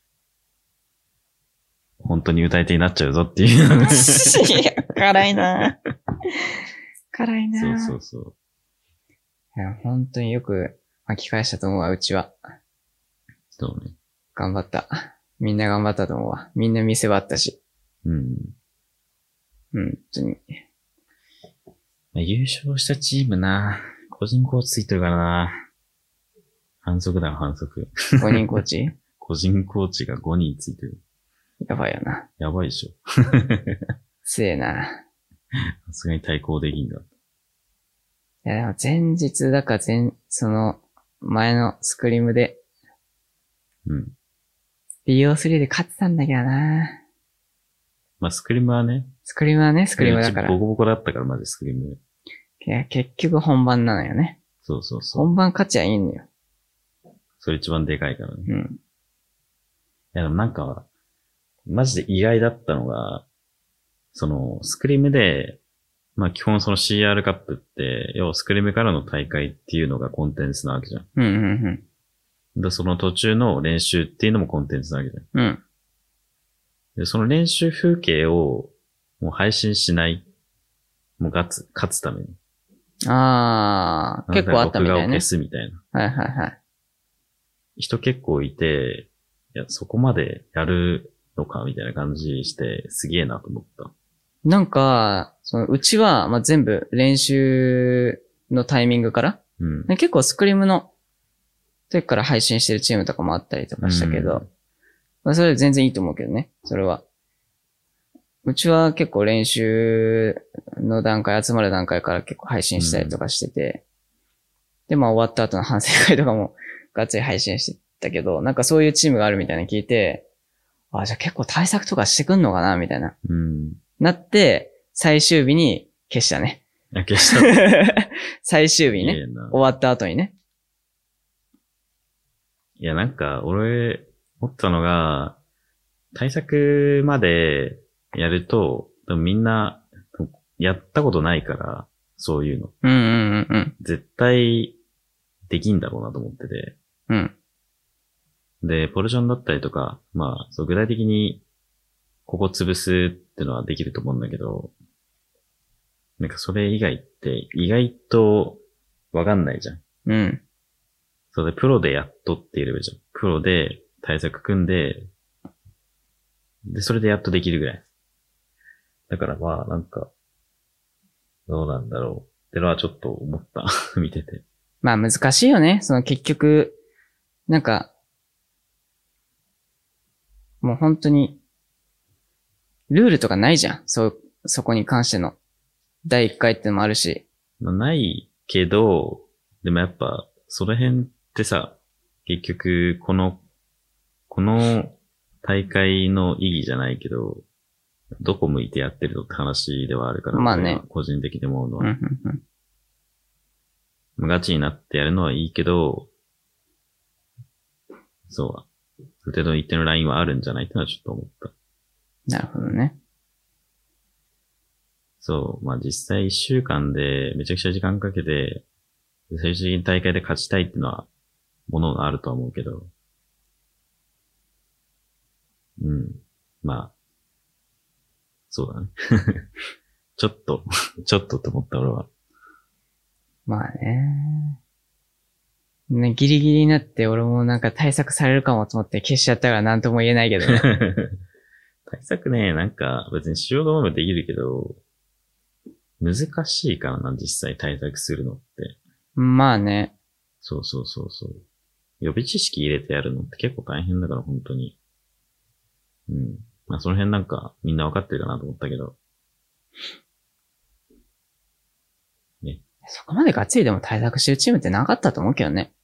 本当に歌い手になっちゃうぞっていう。 いや、辛いな辛いなそうそうそう。 いや、本当によく巻き返したと思うわ、うちは。 そうね。 頑張った。みんな頑張ったと思うわ。みんな見せ場あったし。 うん。 うん、本当に。 まあ、優勝したチームな、個人コーチついてるからな。反則だよ、反則。 ごにんコーチ個人コーチがごにんついてる。 やばいよな。 やばいでしょ。 強えな。 さすがに対抗できんだ。 いや、でも前日だか前、その、前のスクリームで、 うん。 ビーオースリー で勝ってたんだけどな。 まあ、スクリームはね。 スクリームはね、スクリームだから。 ボコボコだったから、マジスクリーム。 いや、結局本番なのよね。 そうそうそう。 本番勝ちゃいいのよ。 それ一番でかいからね。 うん。いや、でもなんか、マジで意外だったのが、その、スクリームで、まあ基本その シーアール カップって、要はスクリームからの大会っていうのがコンテンツなわけじゃん。 うんうんうん。 で、その途中の練習っていうのもコンテンツなわけじゃん。 うん。 で、その練習風景をもう配信しない。もう勝つ、勝つために。 あー、結構あったみたいね。 録画を消すみたいな。 はいはいはい。 人結構いて、いや、そこまでやるのかみたいな感じして、すげえなと思った。 なんか、そのうちは、まあ、全部練習のタイミングから、 うん、 結構スクリームの時から配信してるチームとかもあったりとかしたけど、うん、まあ、それ全然いいと思うけどね、それは。 うちは結構練習の段階、集まる段階から結構配信したりとかしてて、うん、で、まあ終わった後の反省会とかもがっつり配信してたけど、なんかそういうチームがあるみたいなの聞いて、あ、じゃあ結構対策とかしてくんのかなみたいな。 うん。 なって、最終日に消したね。 あ、消した。 最終日にね。終わった後にね。 いや、なんか、俺、思ったのが、対策までやると、みんな、やったことないから、そういうの。 うんうんうんうん。 絶対、できんだろうなと思ってて。 うん。 で、ポジションだったりとか、まあ、そう、具体的に、ここ潰すってのはできると思うんだけど、なんかそれ以外って意外とわかんないじゃん。 うん。 そうで、プロでやっとっていうレベルじゃん。プロで対策組んで、で、それでやっとできるぐらい。だからまあ、なんか、どうなんだろうってのはちょっと思った。見てて。 まあ難しいよね。その結局、なんか、もう本当に、ルールとかないじゃん。そう、そこに関しての。だいいっかいってのもあるし。 まあ、ないけど、でもやっぱ、その辺ってさ、結局、この、この大会の意義じゃないけど、どこ向いてやってるのって話ではあるから、 まあね。 個人的に思うのは。 うんうんうん、ガチになってやるのはいいけど、そう。ある程度一定のラインはあるんじゃないってのはちょっと思った。 なるほどね。 そう。まあ実際一週間でめちゃくちゃ時間かけて、最終的に大会で勝ちたいっていうのは、ものがあるとは思うけど。うん。まあ、そうだね。ちょっと、ちょっとって思った俺は。 まあね。ね、ギリギリになって俺もなんか対策されるかもと思って消しちゃったからなんとも言えないけどね。 対策ね、なんか別にしようと思えばできるけど、難しいからな、実際対策するのって。 まあね。 そうそうそうそう。予備知識入れてやるのって結構大変だから本当に。うん。まあその辺なんかみんな分かってるかなと思ったけど。ね。 そこまでがっつりでも対策してるチームってなかったと思うけどね。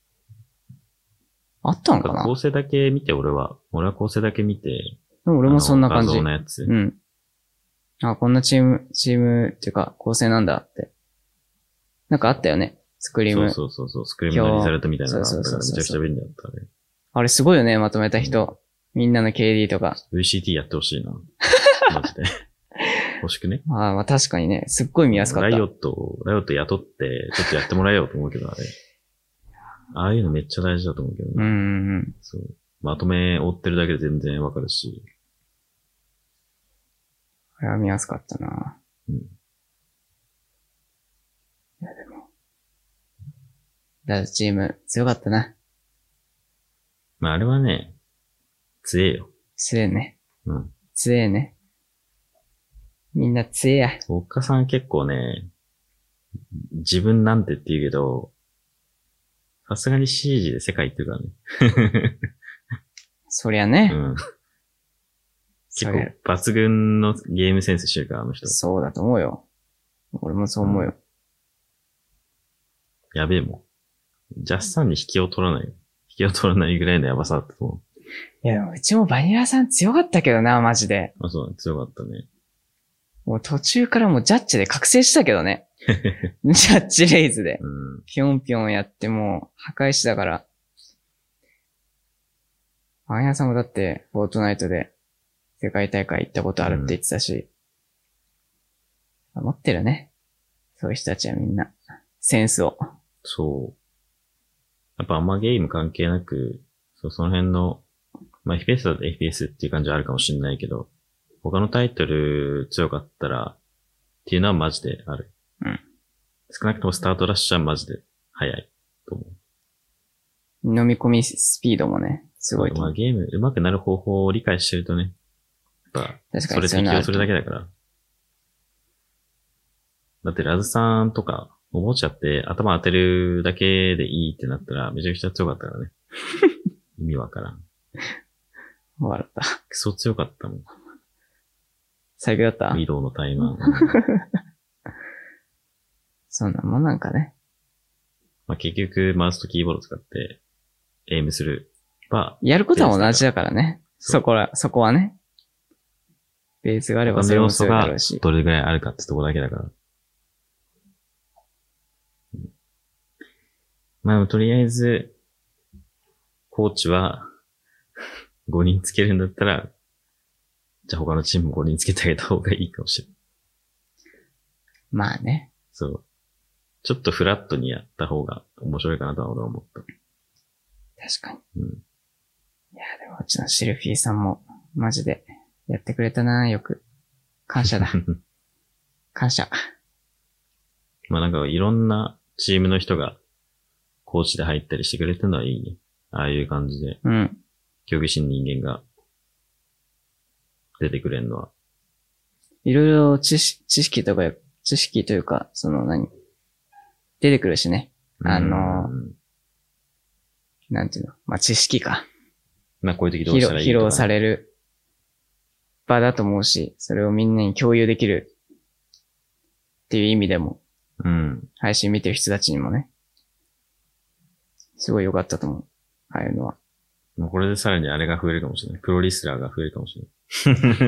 あったのかな？ 構成だけ見て俺は、俺は構成だけ見て。 俺もそんな感じ。 画像のやつ。 うん。あ、こんなチーム、チームっていうか構成なんだって。なんかあったよね。スクリーム。 そうそうそう、スクリームのリザルトみたいなのがあったからめちゃくちゃ便利だったね。 あれすごいよね、まとめた人。うん、みんなの ケーディー とか。 ブイシーティー やってほしいな。マジで。欲しくね。 ああ、まあ確かにね、すっごい見やすかった。 ライオット、ライオット雇って、ちょっとやってもらえようと思うけど、あれ。ああいうのめっちゃ大事だと思うけどね。 うんうんうん。 そう。まとめ追ってるだけで全然わかるし。 あれは見やすかったな。 うん。いやでも。ダズチーム強かったな。 まああれはね、強えよ。 強えね。 うん。 強えね。みんな強えや。 おっかさん結構ね、自分なんてって言うけど、さすがに シージー で世界行ってるからね。 そりゃね。 うん。結構抜群のゲームセンスしてるから、あの人。 そうだと思うよ。俺もそう思うよ。 うん、やべえもん。ジャスさんに引きを取らない。引きを取らないぐらいのやばさだったと思う。 いや、うちもバニラさん強かったけどな、マジで。 あ、そう、強かったね。 もう途中からもうジャッジで覚醒したけどね。ジャッジレイズで。 うん、 ぴょんぴょんやってもう破壊しだから。バニラさんもだって、フォートナイトで世界大会行ったことあるって言ってたし。うん、持ってるね。そういう人たちはみんな。センスを。 そう。やっぱあんまゲーム関係なく、そうその辺の、まあ エフピーエス だと エフピーエス っていう感じはあるかもしれないけど、他のタイトル強かったらっていうのはマジである。 うん。 少なくともスタートラッシュはマジで早いと思う。飲み込みスピードもね、すごいと思う。 まあゲーム上手くなる方法を理解してるとね、やっぱ、それ適用するだけだから。だってラズさんとか、おもちゃって頭当てるだけでいいってなったらめちゃくちゃ強かったからね。意味わからん。 笑った。 クソ強かったもん。 最強だった移動のタイマー。 そんなもんなんかね。 まあ、結局、マウスとキーボード使って、エイムする。は、 やることは同じだからね。そこら、そこはね。ベースがあればそれもするだろうし。 どれぐらいあるかってとこだけだから。うん、まあ、とりあえず、コーチはごにんつけるんだったら、じゃあ他のチームもごにんつけてあげた方がいいかもしれない。 まあね。 そう。ちょっとフラットにやった方が面白いかなとは俺は思った。 確かに。 うん。 いや、でもうちのシルフィーさんも、マジで、やってくれたな、よく。感謝だ。感謝。 まあなんかいろんなチームの人が、コーチで入ったりしてくれてるのはいいね。ああいう感じで。 うん。 競技心人間が、出てくれるのは。 いろいろ知識、知識とか、知識というか、その何出てくるしね。あの、なんていうの。まあ、知識か。 まあ、こういう時どうしたらいいか、ね、 披露される場だと思うし、それをみんなに共有できるっていう意味でも、 うん。 配信見てる人たちにもね、すごい良かったと思う。ああいうのは。 もうこれでさらにあれが増えるかもしれない。プロリスラーが増えるかもしれない。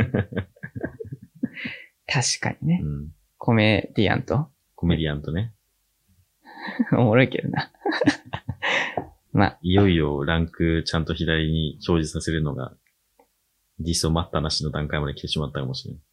確かにね。 うん、 コメディアンとコメディアンとね。 おもろいけどな。まあ。 いよいよランクちゃんと左に表示させるのが、ディスを待ったなしの段階まで来てしまったかもしれない。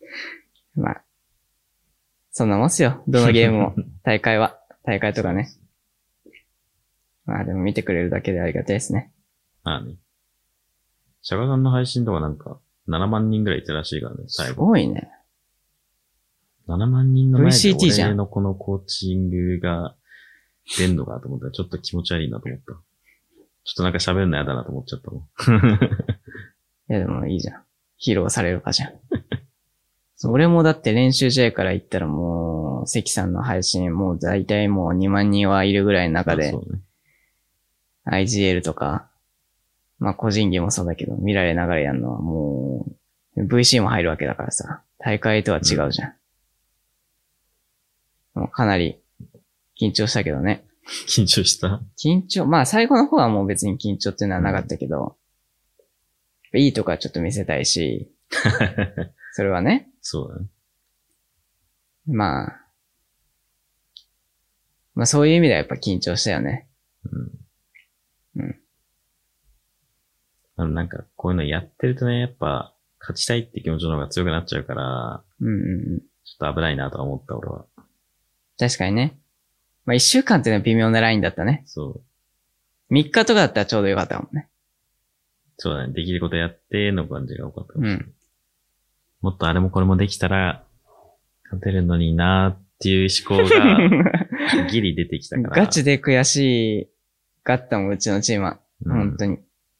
まあ。そんなもんっすよ。どのゲームも。大会は。大会とかね。まあでも見てくれるだけでありがたいですね。 まあね。シャガさんの配信とかなんか、ななまんにんぐらいいたらしいからね、最後。 すごいね。 ななまんにんの前でブイシーティー じゃん。 俺のこのコーチングが出んのかと思ったらちょっと気持ち悪いなと思った。ちょっとなんか喋るの嫌だなと思っちゃったもん。 いやでもいいじゃん。披露されるかじゃん。俺もだって練習試合から言ったらもう、関さんの配信もう大体もうにまんにんはいるぐらいの中で、 そうね、 アイジーエル とか、まあ個人技もそうだけど、見られながらやるのはもう、ブイシー も入るわけだからさ、大会とは違うじゃん。うん、もうかなり緊張したけどね。 緊張した緊張、まあ最後の方はもう別に緊張っていうのはなかったけど、うん、いいとこはちょっと見せたいし、それはね。 そうだね。 まあ、まあそういう意味ではやっぱ緊張したよね。 うん。 うん。 あのなんかこういうのやってるとね、やっぱ勝ちたいって気持ちの方が強くなっちゃうから、 うんうんうん。 ちょっと危ないなとは思った俺は。 確かにね。まあ一週間っていうのは微妙なラインだったね。 そう。 三日とかだったらちょうどよかったもんね。 そうだね。できることやっての感じが多かったかもしれない。 うん。 もっとあれもこれもできたら、勝てるのになーっていう思考が、ギリ出てきたから。 ガチで悔しがったもん、うちのチームは。うん、本当に。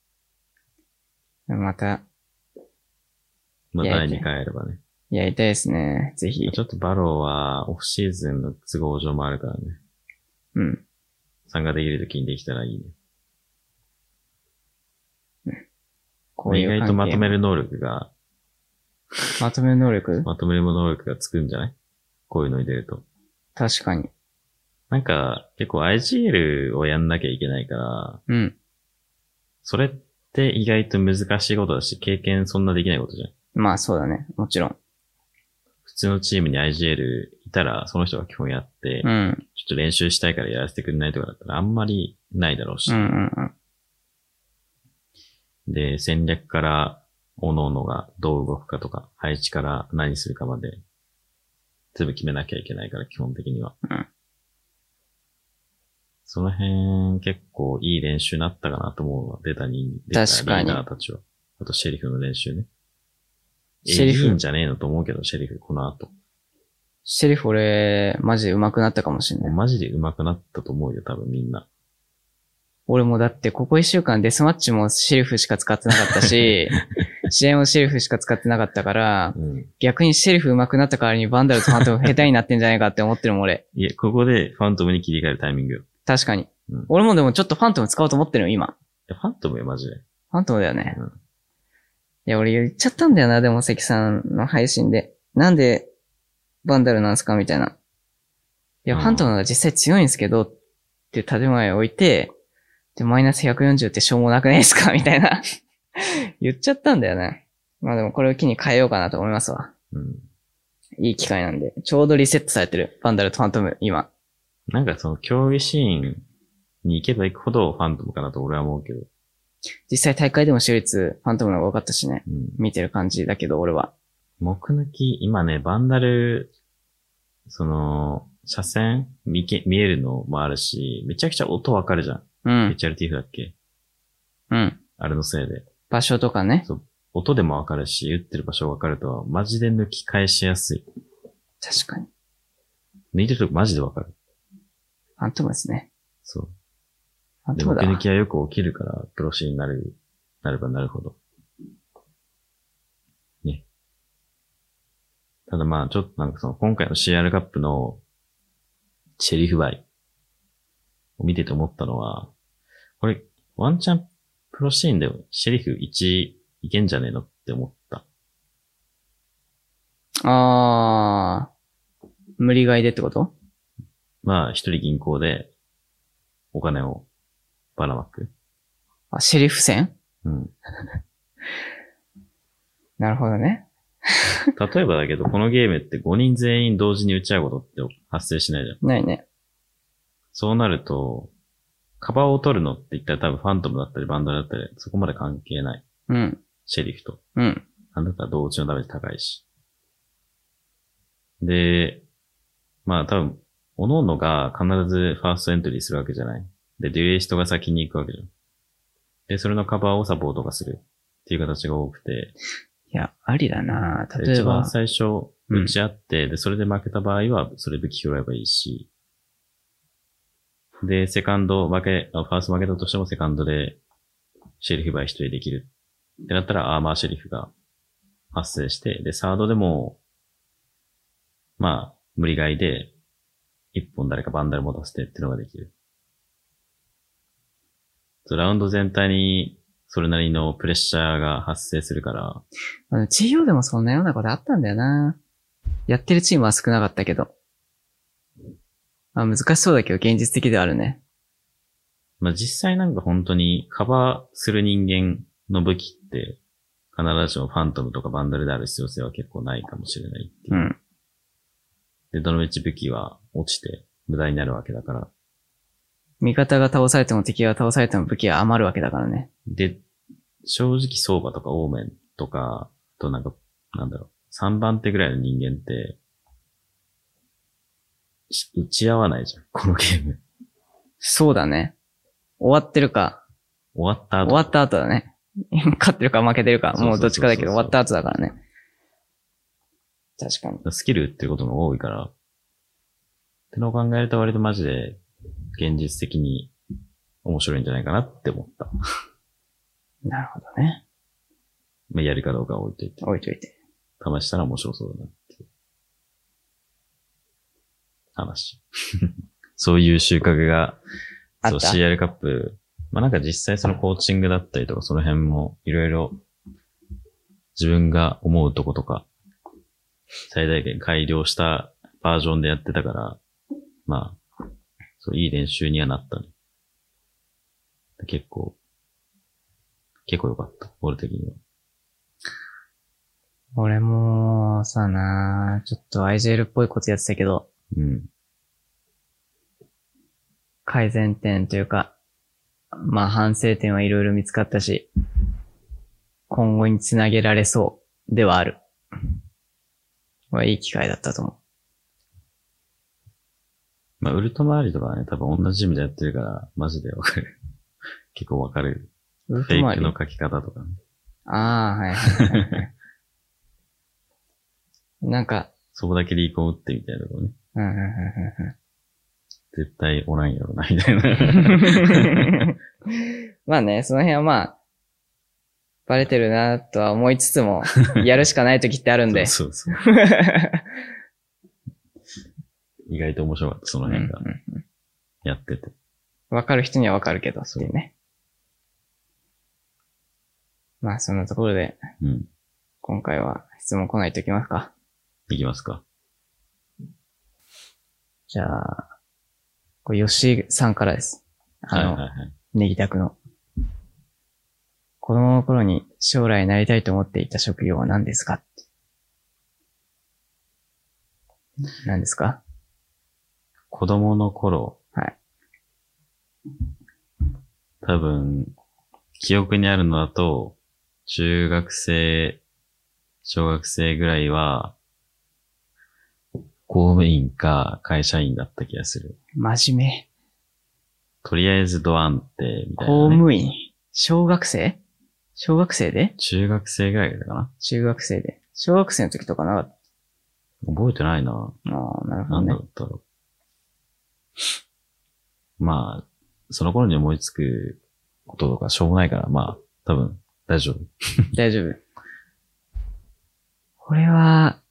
また。 またに帰ればね。 やりたいですね。ぜひ。 ちょっとバローはオフシーズンの都合上もあるからね。 うん。 参加できるときにできたらいいね。 うん。こういう意外とまとめる能力が、 まとめる能力まとめる能力がつくんじゃない？こういうのに出ると。 確かに。 なんか、結構 アイジーエル をやんなきゃいけないから、 うん。 それって意外と難しいことだし、経験そんなできないことじゃん。 まあそうだね。もちろん。 普通のチームに アイジーエル いたら、その人が基本やって、 うん。 ちょっと練習したいからやらせてくれないとかだったらあんまりないだろうし。 うんうんうん。で、戦略から、各々がどう動くかとか、配置から何するかまで、全部決めなきゃいけないから、基本的には。 うん。 その辺、結構いい練習になったかなと思うわ。出たに、出たリーダーたちは。あと、シェリフの練習ね。シェリフ。いいんじゃねえのと思うけど、シェリフ、この後。 シェリフ俺、マジで上手くなったかもしれない。 マジで上手くなったと思うよ、多分みんな。 俺もだってここ一週間デスマッチもシェリフしか使ってなかったし、試合もシェリフしか使ってなかったから、うん、逆にシェリフ上手くなった代わりにバンダルとファントム下手になってんじゃないかって思ってるもん俺。 いや、ここでファントムに切り替えるタイミングよ。 確かに。うん、俺もでもちょっとファントム使おうと思ってるよ、今。 ファントムよ、マジで。 ファントムだよね。うん、 いや、俺言っちゃったんだよな、でも関さんの配信で。なんで、バンダルなんすかみたいな。いや、 うんファントムの方が実際強いんですけど、って建前を置いて、で、マイナスひゃくよんじゅうってしょうもなくないですかみたいな。言っちゃったんだよね。まあでもこれを機に変えようかなと思いますわ。 うん。 いい機会なんで。ちょうどリセットされてる。バンダルとファントム、今。 なんかその競技シーンに行けば行くほどファントムかなと俺は思うけど。 実際大会でも視聴率、ファントムの方が多かったしね。 うん。 見てる感じだけど、俺は。 目抜き、今ね、バンダル、その、車線見け、見えるのもあるし、めちゃくちゃ音わかるじゃん。 うん。 エイチアールティーエフ だっけうん。 あれのせいで。 場所とかね。 そう。音でもわかるし、打ってる場所わかると、マジで抜き返しやすい。 確かに。 抜いてるとこマジでわかる。 ファントムですね。 そう。で、 ファントムだわ目抜きはよく起きるから、プロシーンになる、なればなるほど。ね。ただまあ、ちょっとなんかその、今回の シーアール カップの、シェリフバイを見てて思ったのは、これ、ワンチャンプロシーンでシェリフいちいけんじゃねえのって思った。 あー。無理買いでってこと？ まあ、一人銀行で、お金をばらまく。 あ、シェリフ戦？ うん。 なるほどね。 例えばだけど、このゲームってごにん全員同時に打ち合うことって発生しないじゃん。 ないね。 そうなると、カバーを取るのって言ったら多分ファントムだったりバンダルだったり、そこまで関係ない。 うん。 シェリフと。 うん。 なんだったら同値のダメージ高いし。で、まあ多分、各々が必ずファーストエントリーするわけじゃない。で、デュエイストが先に行くわけじゃん。で、それのカバーをサポートがするっていう形が多くて。 いや、ありだな。例えば。 一番最初、打ち合って、うん、で、それで負けた場合は、それ武器拾えばいいし。で、セカンド負け、ファースト負けたとしてもセカンドで、シェリフバイ一人できる。ってなったら、アーマーシェリフが発生して、で、サードでも、まあ、無理買いで、一本誰かバンダル持たせてっていうのができる。ラウンド全体に、それなりのプレッシャーが発生するから。 あの、ジーオー でもそんなようなことあったんだよな。やってるチームは少なかったけど。あ、難しそうだけど現実的ではあるね。 まあ、実際なんか本当にカバーする人間の武器って必ずしもファントムとかバンダルである必要性は結構ないかもしれないっていう。 うん。 で、どのみち武器は落ちて無駄になるわけだから。 味方が倒されても敵が倒されても武器は余るわけだからね。 で、正直相場とかオーメンとか、あとなんか、なんだろう、さんばん手ぐらいの人間って、打ち合わないじゃん、このゲーム。 そうだね。終わってるか。 終わった後。 終わった後だね。勝ってるか負けてるか。もうどっちかだけど終わった後だからね。確かに。 スキル打ってることも多いから。ってのを考えると割とマジで、現実的に面白いんじゃないかなって思った。 なるほどね。 まあ、やるかどうかは置いといて。 置いといて。 試したら面白そうだなっていう話。そういう収穫が、そう シーアール カップ、まあなんか実際そのコーチングだったりとかその辺もいろいろ自分が思うとことか最大限改良したバージョンでやってたから、まあ、そういい練習にはなったね。結構、結構良かった、俺的には。 俺も、さなちょっと アイジェーエル っぽいことやってたけど、 うん。 改善点というか、まあ反省点はいろいろ見つかったし、今後につなげられそうではある。これはいい機会だったと思う。 まあ、ウルト周りとかはね、多分同じジムでやってるから、マジでわかる。結構わかる。フェイクの書き方とか、ね。 ああ、はいはいはい、はい。なんか。 そこだけリーコン打ってみたいなところね。 うんうんうんうんうん。 絶対おらんやろな、みたいな。 まあね、その辺はまあ、バレてるなとは思いつつも、やるしかない時ってあるんで。 そうそうそう。意外と面白かった、その辺が。やってて。 わかる人にはわかるけど、っていうね。 まあそんなところで、 うん。 今回は質問来ないといきますか。 いきますか。 じゃあ、これ吉井さんからです。あの、 はいはいはい。 ネギタクの。子供の頃に将来なりたいと思っていた職業は何ですか？何ですか？ 子供の頃。 はい。 多分、記憶にあるのだと、中学生、小学生ぐらいは、公務員か会社員だった気がする。 真面目。 とりあえずドアンって、みたいな、ね。 公務員。小学生小学生で中学生ぐらいだかな。 中学生で。小学生の時とかなかっ覚えてないな。 た。ああ、なるほなんどね。 だったろう。まあ、その頃に思いつくこととかしょうもないから、まあ、多分、大丈夫。 大丈夫。これは、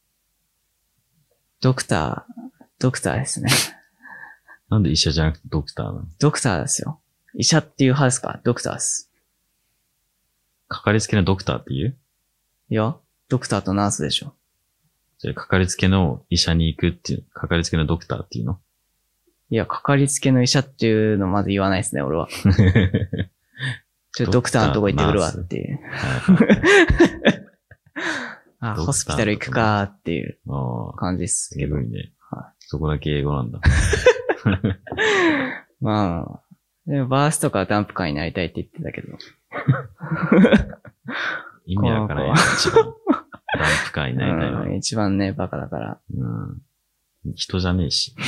ドクター、ドクターですね。 なんで医者じゃなくてドクターなの？ ドクターですよ。医者っていう派ですか？ドクターです。 かかりつけのドクターって言う？ いや、ドクターとナースでしょ。 じゃあ、かかりつけの医者に行くっていう、かかりつけのドクターっていうの？ いや、かかりつけの医者っていうのまず言わないですね、俺は。ちょっとドクターのとこ行ってくるわっていう。あ、ホスピタル行くかっていう感じですけど。 すごいね。 はい、 そこだけ英語なんだ。 まあ、でもバースとかダンプカーになりたいって言ってたけど。 意味わからない。一番。ダンプカーになりたいの、 うん。一番ね、バカだから。 うん。人じゃねえし。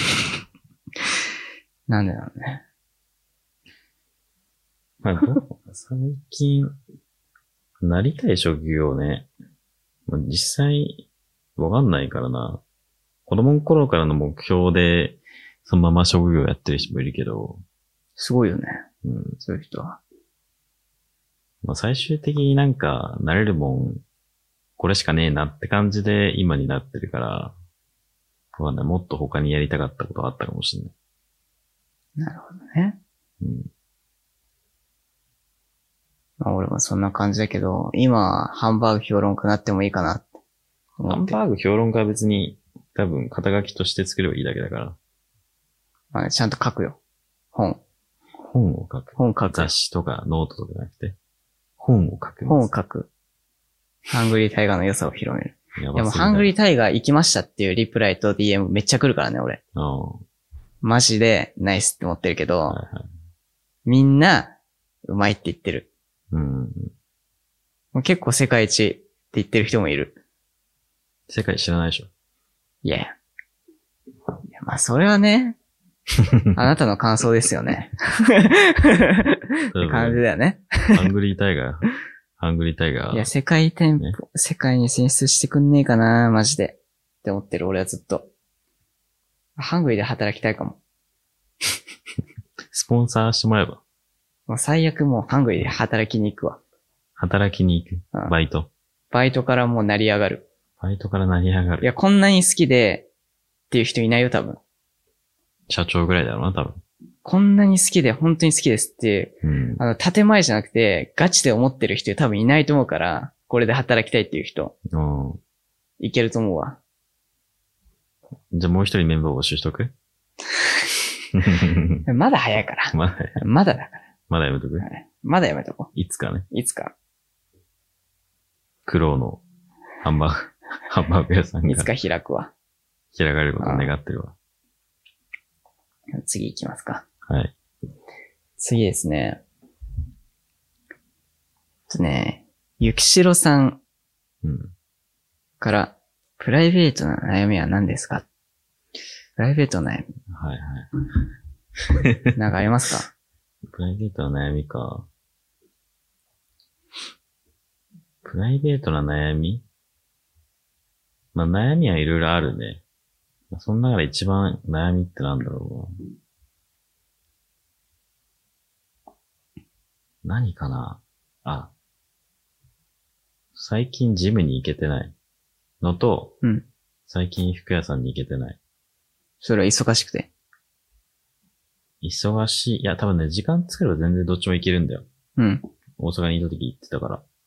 なんでだろうね。 まあ、最近、なりたい職業ね。実際、わかんないからな。子供の頃からの目標で、そのまま職業やってる人もいるけど。 すごいよね。 うん。 そういう人は。 まあ最終的になんか、なれるもん、これしかねえなって感じで今になってるから、わかんない。もっと他にやりたかったことがあったかもしれない。 なるほどね。 うん。 まあ俺もそんな感じだけど、今、ハンバーグ評論家になってもいいかなって思って。 ハンバーグ評論家は別に、多分、肩書きとして作ればいいだけだから。 まあね、ちゃんと書くよ。本。 本を書く。 本書く。 雑誌とかノートとかじゃなくて、本を書く。 本を書く。ハングリータイガーの良さを広める。 いや、 でもハングリータイガー行きましたっていうリプライと ディーエム めっちゃ来るからね、俺。マジでナイスって思ってるけど、はいはい、みんな、うまいって言ってる。 うん、 結構世界一って言ってる人もいる。 世界知らないでしょ。 いやいや。まあ、それはね、あなたの感想ですよね。って感じだよね。 ハングリータイガー。ハングリータイガー。 いや、世界店舗、ね、世界に進出してくんねえかな、マジで。って思ってる、俺はずっと。ハングリーで働きたいかも。 スポンサーしてもらえば。 もう最悪もうハングリーで働きに行くわ。 働きに行く、うん、バイト。 バイトからもう成り上がる。 バイトから成り上がる。 いや、こんなに好きで、っていう人いないよ、多分。 社長ぐらいだろうな、多分。 こんなに好きで、本当に好きですって、 うん、 あの、建前じゃなくて、ガチで思ってる人多分いないと思うから、これで働きたいっていう人。 うん。 いけると思うわ。 じゃあもう一人メンバーを募集しとくまだ早いから。 まだ、 まだだから。 まだやめとく、はい、 まだやめとこう。 いつかね。 いつか。 苦労のハンバーグ、ハンバーグ屋さんが。 いつか開くわ。 開かれることを願ってるわ。 次行きますか。 はい。 次ですね。ですね。ゆきしろさんから、プライベートな悩みは何ですか？プライベートな悩み。 はいはい。 なんかありますか？ プライベートな悩みか。プライベートな悩み？まあ悩みはいろいろあるね。その中で一番悩みってなんだろう。何かなあ。最近ジムに行けてないのと、 うん、 最近服屋さんに行けてない。 それは忙しくて。 忙しい。いや、多分ね、時間作れば全然どっちも行けるんだよ。 うん。 大阪にいた時行ってたから。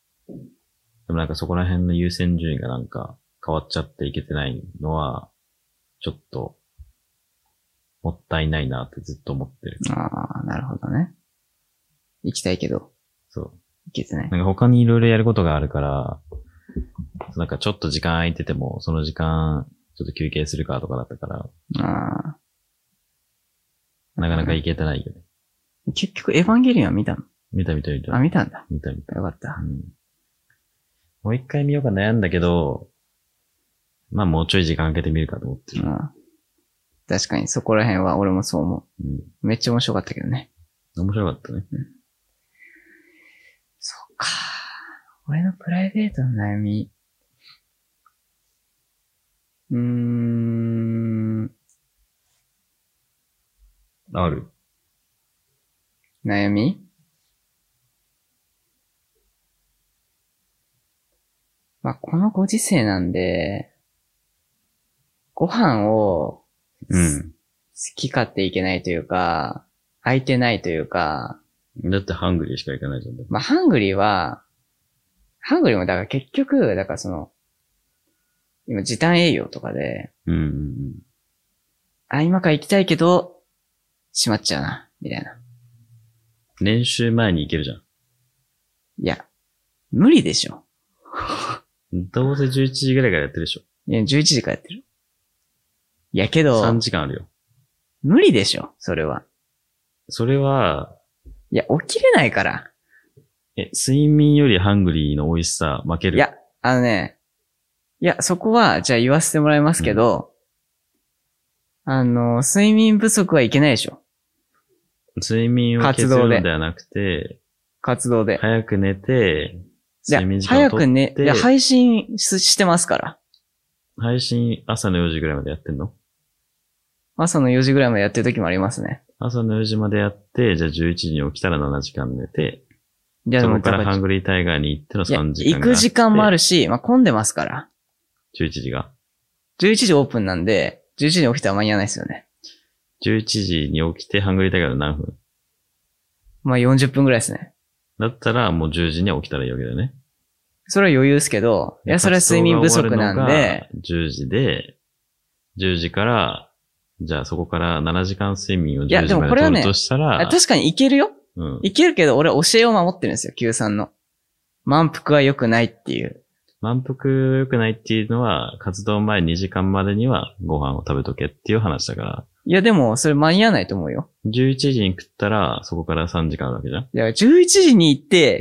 もなんかそこら辺の優先順位がなんか変わっちゃっていけてないのは、ちょっと、もったいないなってずっと思ってる。 ああ、なるほどね。行きたいけど、 そう。 行けてない。 なんか他にいろいろやることがあるから、なんかちょっと時間空いてても、その時間、ちょっと休憩するかとかだったから、 ああ。 なかなか行けてないよね。 結局、エヴァンゲリオン見たの？ 見た見た見た。 あ、見たんだ。 見た見た。 よかった。 うん。もう一回見ようか悩んだけど、まあもうちょい時間空けてみるかと思ってる。 うん。確かに、そこら辺は俺もそう思う。 うん。 めっちゃ面白かったけどね。 面白かったね。 うん。そうか。俺のプライベートの悩み。うーん。 ある。 悩み？まあ、このご時世なんで、ご飯を、 うん。 好き勝手いけないというか、空いてないというか、 だってハングリーしか行かないじゃん。 まあ、ハングリーは、ハングリーもだから結局、だからその、今時短営業とかで、 うんうんうん。 あ、今から行きたいけど、閉まっちゃうな、みたいな。 練習前に行けるじゃん。 いや、無理でしょ。 どうせじゅういちじぐらいからやってるでしょ。 いや、じゅういちじからやってる。いやけど、 さんじかんあるよ。 無理でしょ、それは。 それは、 いや、起きれないから。 え、睡眠よりハングリーの美味しさ負ける？ いや、あのね、いや、そこは、じゃあ言わせてもらいますけど、うん、あの、睡眠不足はいけないでしょ。 睡眠を削るのではなくて、 活動で。 早く寝て、 睡眠時間をとって。早く寝、いや、配信してますから。 配信朝のよじぐらいまでやってんの？ 朝のよじぐらいまでやってる時もありますね。 朝のよじまでやって、じゃあじゅういちじに起きたらななじかん寝て、 いやでもそこからハングリータイガーに行ってのさんじかんがあって。 行く時間もあるし、まあ、混んでますから。 じゅういちじがじゅういちじオープンなんで、じゅういちじに起きたら間に合わないですよね。 じゅういちじに起きてハングリータイガーの何分？ まあよんじゅっぷんぐらいですね。 だったらもうじゅうじには起きたらいいわけだよね。 それは余裕ですけど、いや、それは睡眠不足なんで。 じゅうじで、じゅうじから、じゃあそこからななじかん睡眠をじゅうじまで取るとしたら。 いや、でもこれはね、確かにいけるよ。うん。いけるけど、俺は教えを守ってるんですよ、Q さんの。満腹は良くないっていう。 満腹良くないっていうのは、活動前にじかんまでにはご飯を食べとけっていう話だから。 いや、でも、それ間に合わないと思うよ。 じゅういちじに食ったら、そこからさんじかんあるわけじゃん。いや、じゅういちじに行って、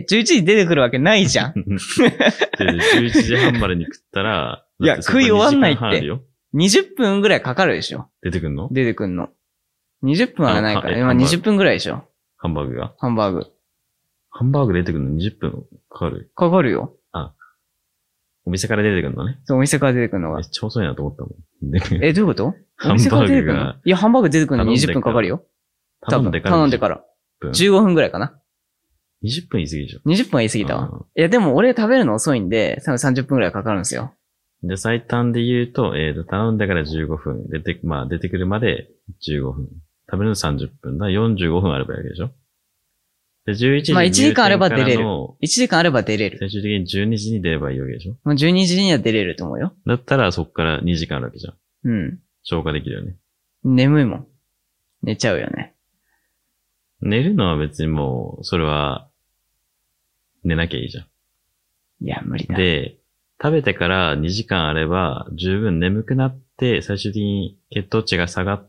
じゅういちじに出てくるわけないじゃん。 じゅういちじはんまでに食ったら、 いや、食い終わんないって。にじゅっぷんぐらいかかるでしょ。 出てくんの？ 出てくんの。にじゅっぷんはないから。今にじゅっぷんぐらいでしょ。 ハンバーグが？ ハンバーグ。 ハンバーグ出てくるのにじゅっぷんかかる？ かかるよ。 あ。お店から出てくるのね。 そう、お店から出てくるのが。 めっちゃ遅いなと思ったもん。え、どういうこと？ ハンバーグが。 いや、ハンバーグ出てくるのににじゅっぷんかかるよ。多分、頼んでから。じゅうごふんぐらいかな。 にじゅっぷん言い過ぎでしょ。 にじゅっぷんは言い過ぎたわ。いや、でも俺食べるの遅いんで、多分さんじゅっぷんぐらいかかるんですよ。 で、最短で言うと、えっと、頼んでからじゅうごふん。出て、まあ、出てくるまでじゅうごふん。食べるのさんじゅっぷんだ。よんじゅうごふんあればいいわけでしょ。で、じゅういちじに。 まあ、いちじかんあれば出れる。いちじかんあれば出れる。 最終的にじゅうにじに出ればいいわけでしょ。 まあ、じゅうにじには出れると思うよ。 だったら、そこからにじかんあるわけじゃん。 うん。 消化できるよね。 眠いもん。寝ちゃうよね。 寝るのは別にもう、それは、寝なきゃいいじゃん。 いや、無理だ。 で、食べてからにじかんあれば、十分眠くなって、最終的に血糖値が下がって、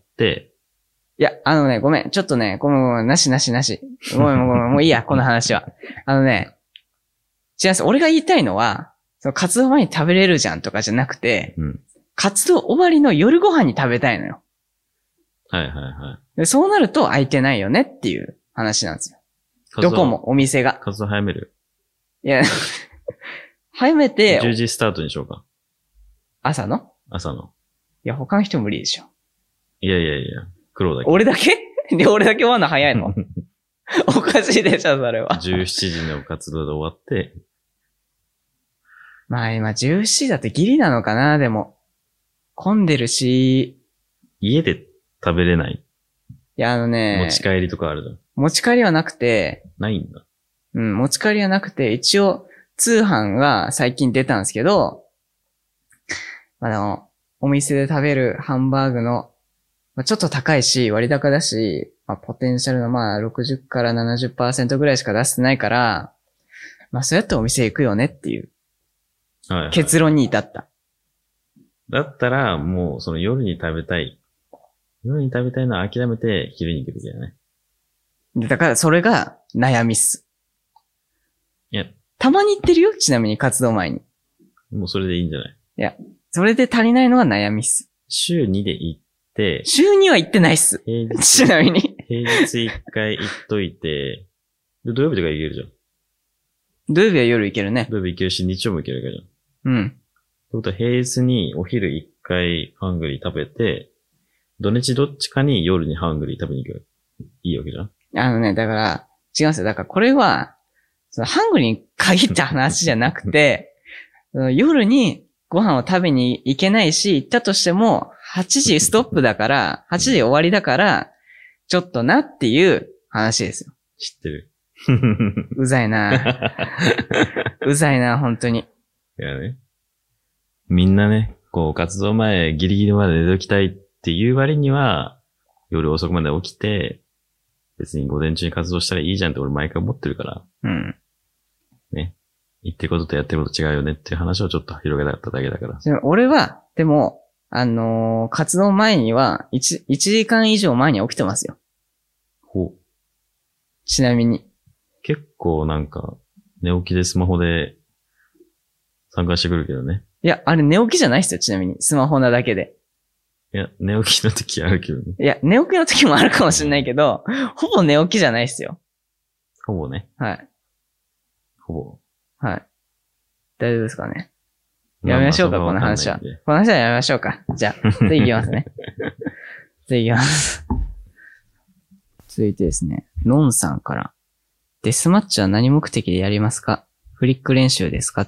いや、あのね、ごめん。ちょっとね、ごめんごめん。なしなしなし。ごめんごめん。もういいや、この話は。あのね、違います。俺が言いたいのは、その活動前に食べれるじゃんとかじゃなくて、うん、活動終わりの夜ご飯に食べたいのよ。 はいはいはい。 でそうなると空いてないよねっていう話なんですよ。どこも、お店が。 活動早める？ いや、早めて。 じゅうじスタートにしようか。 朝の？ 朝の。 いや、他の人無理でしょ。 いやいやいや、黒だけ。 俺だけで、俺だけ終わんの早いのおかしいでしょ、それは。 じゅうしちじの活動で終わって。 まあ今じゅうしちじだってギリなのかな、でも。混んでるし。 家で食べれない？ いや、あのね。 持ち帰りとかあるじゃん。 持ち帰りはなくて。 ないんだ。 うん、持ち帰りはなくて、一応、 通販が最近出たんですけど、あの、お店で食べるハンバーグの、まあ、ちょっと高いし、割高だし、まあ、ポテンシャルのまあろくじゅうからななじゅっパーセントぐらいしか出してないから、まあそうやってお店行くよねっていうはいはい、 結論に至った。 だったら、もうその夜に食べたい。夜に食べたいのは諦めて昼に行くべきだよね。 でだからそれが悩みっす。 いや、 たまに行ってるよ、ちなみに活動前に。 もうそれでいいんじゃない？ いや、それで足りないのが悩みっす。 週にで行って、 週には行ってないっす。 平日、 ちなみに。 平日一回行っといて、で土曜日とか行けるじゃん。 土曜日は夜行けるね。 土曜日行けるし、日曜も行けるからじゃん。 うん。 ってことは平日にお昼一回ハングリー食べて、土日どっちかに夜にハングリー食べに行く。いいわけじゃん。 あのね、だから、違うんですよ。だからこれは、そのハングリーに限った話じゃなくて、その夜にご飯を食べに行けないし、行ったとしても、はちじストップだから、はちじ終わりだから、ちょっとなっていう話ですよ。 知ってる。 うざいなうざいな、本当に。 いやね。みんなね、こう、活動前ギリギリまで寝ときたいっていう割には、夜遅くまで起きて、別に午前中に活動したらいいじゃんって俺毎回思ってるから。 うん。 ね。言ってることとやってること違うよねっていう話をちょっと広げたかっただけだから。 俺は、でも、あのー、活動前には、いち、いちじかん以上前に起きてますよ。 ほう。 ちなみに。 結構なんか、寝起きでスマホで参加してくるけどね。 いや、あれ寝起きじゃないっすよ、ちなみに。スマホなだけで。 いや、寝起きの時あるけどね。 いや、寝起きの時もあるかもしれないけど、ほぼ寝起きじゃないっすよ。 ほぼね。 はい。 ほぼ。 はい。大丈夫ですかね。やめましょうか、この話は。この話はやめましょうか。じゃあ、次行きますね。次行きます。続いてですね、ノンさんから。デスマッチは何目的でやりますか？フリック練習ですか？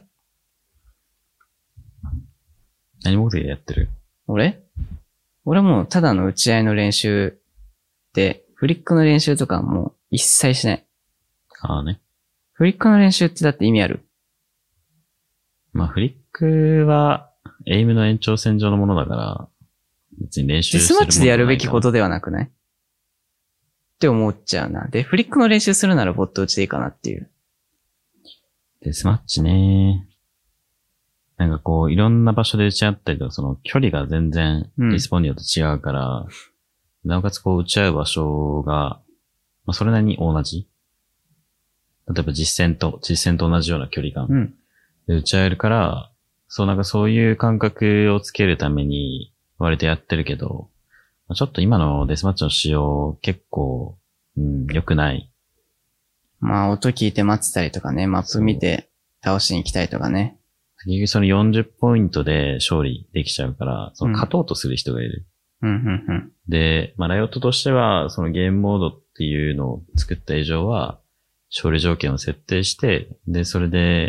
何目的でやってる？ 俺俺もうただの打ち合いの練習で、フリックの練習とかはもう一切しない。 ああね。 フリックの練習ってだって意味ある？ まあフリックはエイムの延長線上のものだから、別に練習するものデスマッチでやるべきことではなくない？って思っちゃうな。で、フリックの練習するならボット打ちでいいかなっていう。 デスマッチね。なんかこう、いろんな場所で打ち合ったりとか、その距離が全然リスポンによって違うから、うん、なおかつこう打ち合う場所が、まあそれなりに同じ。例えば実戦と、実戦と同じような距離感で打ち合えるから、そうなんかそういう感覚をつけるために割とやってるけど、ちょっと今のデスマッチの仕様結構、うん、良くない。 まあ音聞いて待ってたりとかね、マップ見て倒しに行きたいとかね。 結局そのよんじゅっポイントで勝利できちゃうから、その勝とうとする人がいる。 うん、うん、うん。 で、まあライオットとしては、そのゲームモードっていうのを作った以上は、勝利条件を設定して、で、それで、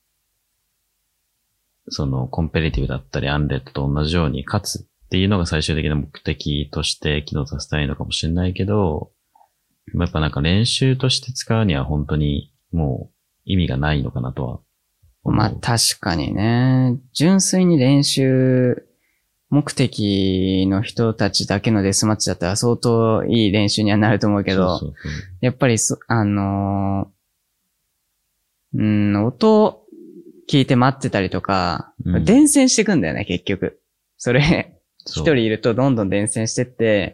そのコンペリティブだったりアンレッドと同じように勝つっていうのが最終的な目的として機能させたいのかもしれないけど、やっぱなんか練習として使うには本当にもう意味がないのかなとは思う。 まあ確かにね。純粋に練習目的の人たちだけのデスマッチだったら相当いい練習にはなると思うけど、そうそうそう、やっぱりそ、あのー、うん、音聞いて待ってたりとか、うん、伝染してくんだよね、結局。それ、一人いるとどんどん伝染してって、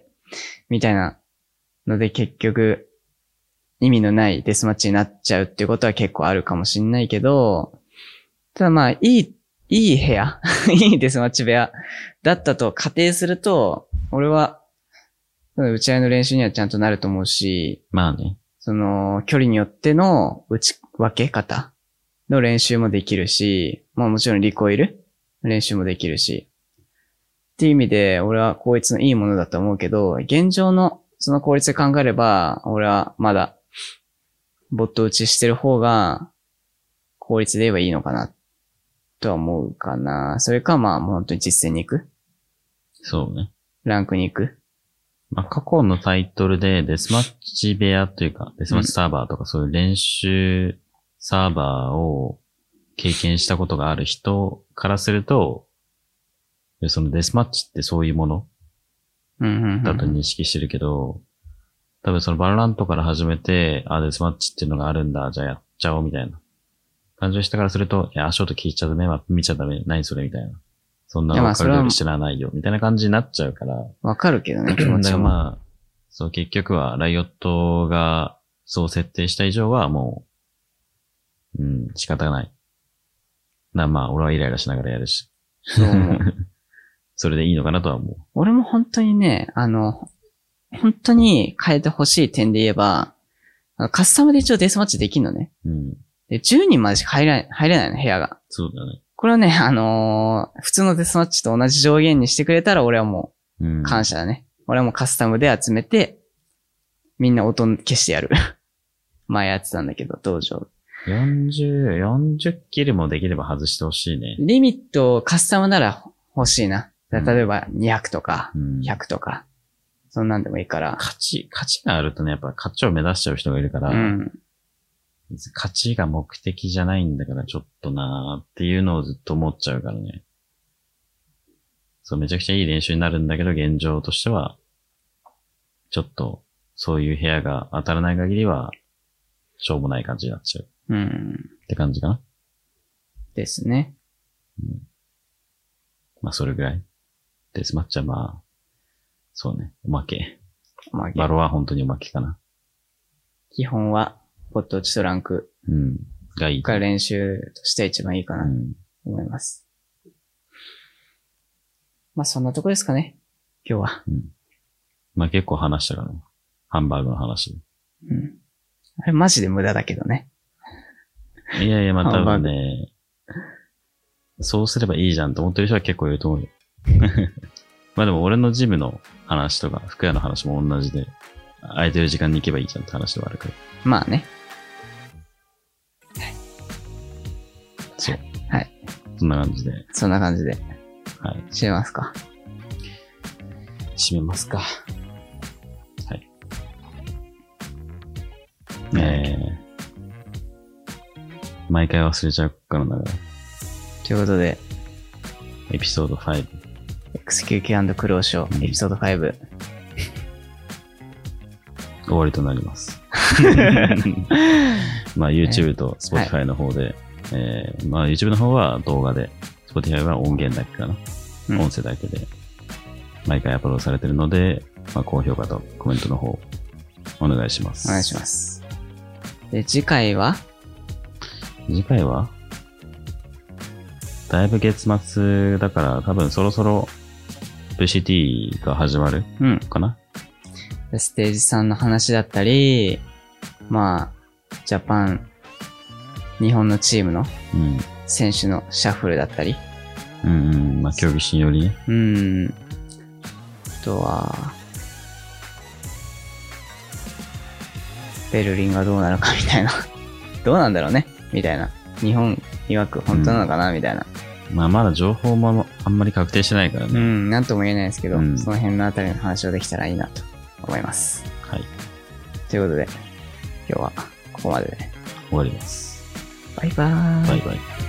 みたいなので結局意味のないデスマッチになっちゃうっていうことは結構あるかもしんないけど、ただまあ、いい、いい部屋いいデスマッチ部屋だったと仮定すると、俺は、打ち合いの練習にはちゃんとなると思うし、 まあね。 その、距離によっての打ち分け方の練習もできるし、まあもちろんリコイル練習もできるし、っていう意味で、俺は効率のいいものだと思うけど、現状のその効率で考えれば、俺はまだ、ボット打ちしてる方が、効率で言えばいいのかな、とは思うかな。それか、まあ、もう本当に実践に行く。 そうね。 ランクに行く。 まあ、過去のタイトルで、デスマッチ部屋というか、デスマッチサーバーとか、そういう練習サーバーを、 経験したことがある人からすると、そのデスマッチってそういうものうんうんうんうん。 だと認識してるけど、多分そのバロラントから始めて、あ、デスマッチっていうのがあるんだ、じゃあやっちゃおうみたいな感じの人からすると、いや、足音聞いちゃダメ、見ちゃダメ、何それみたいな。そんなの分かるより知らないよ、みたいな感じになっちゃうから。 わかるけどね、気持ちは。 まあ、そう、結局は、ライオットがそう設定した以上はもう、うん、仕方がない。な、まあ、俺はイライラしながらやるし。 そう思う。 それでいいのかなとは思う。 俺も本当にね、あの、本当に変えてほしい点で言えば、カスタムで一応デスマッチできるのね。 うん。 で、じゅうにんまでしか入れない、入れないの、部屋が。 そうだね。 これはね、あのー、普通のデスマッチと同じ上限にしてくれたら俺はもう、感謝だね。うん、俺はもうカスタムで集めて、みんな音消してやる。前やってたんだけど、道場。 よんじゅう、よんじゅっキルもできれば外してほしいね。 リミットカスタムなら欲しいな。例えばにひゃくとか、ひゃくとか、そんなんでもいいから。 勝ち、勝ちがあるとね、やっぱ勝ちを目指しちゃう人がいるから、うん、勝ちが目的じゃないんだからちょっとなーっていうのをずっと思っちゃうからね。そう、めちゃくちゃいい練習になるんだけど、現状としては、ちょっと、そういう部屋が当たらない限りは、しょうもない感じになっちゃう。 うん。 って感じかな。 ですね。 うん、まあ、それぐらい。デスマッチはまあ、そうね、おまけ。 おまけ。 バロは本当におまけかな。 基本は、ポット落ちとランク。 うん。がいい。 が練習として一番いいかな。と思います。うん、まあ、そんなとこですかね。今日は。 うん。まあ結構話したからね。ハンバーグの話。 うん。あれマジで無駄だけどね。 いやいや、まあ多分ね、そうすればいいじゃんと思ってる人は結構いると思うよ。まあでも俺のジムの話とか、服屋の話も同じで、空いてる時間に行けばいいじゃんって話ではあるから。 まあね。 はい。そう。 はい。 そんな感じで。 そんな感じで。 はい。 締めますか。 締めますか。はい。えー、毎回忘れちゃうからな。 ということで、 エピソードファイブ。 エクスキューキュー&クローショー、エピソードファイブ。 終わりとなります。まあ YouTube と Spotify の方で、はい、えー、まあ YouTube の方は動画で、Spotify は音源だけかな。うん、音声だけで、毎回アップロードされてるので、まあ高評価とコメントの方、お願いします。 お願いします。で、次回は次回はだいぶ月末だから多分そろそろ ブイシーティー が始まるかな、 うん、ステージさんの話だったり、まあ、ジャパン、日本のチームの選手のシャッフルだったり。 うん、うん、うん、まあ競技心よりね。 うん。あとは、ベルリンがどうなるかみたいな。どうなんだろうねみたいな。日本曰く本当なのかな、うん、みたいな。 まあまだ情報もあんまり確定してないからね。 うん、なんとも言えないですけど、うん、その辺のあたりの話をできたらいいなと思います。 はい。 ということで、今日はここまでで、ね、 終わります。 バイバーイ。 バイバイ。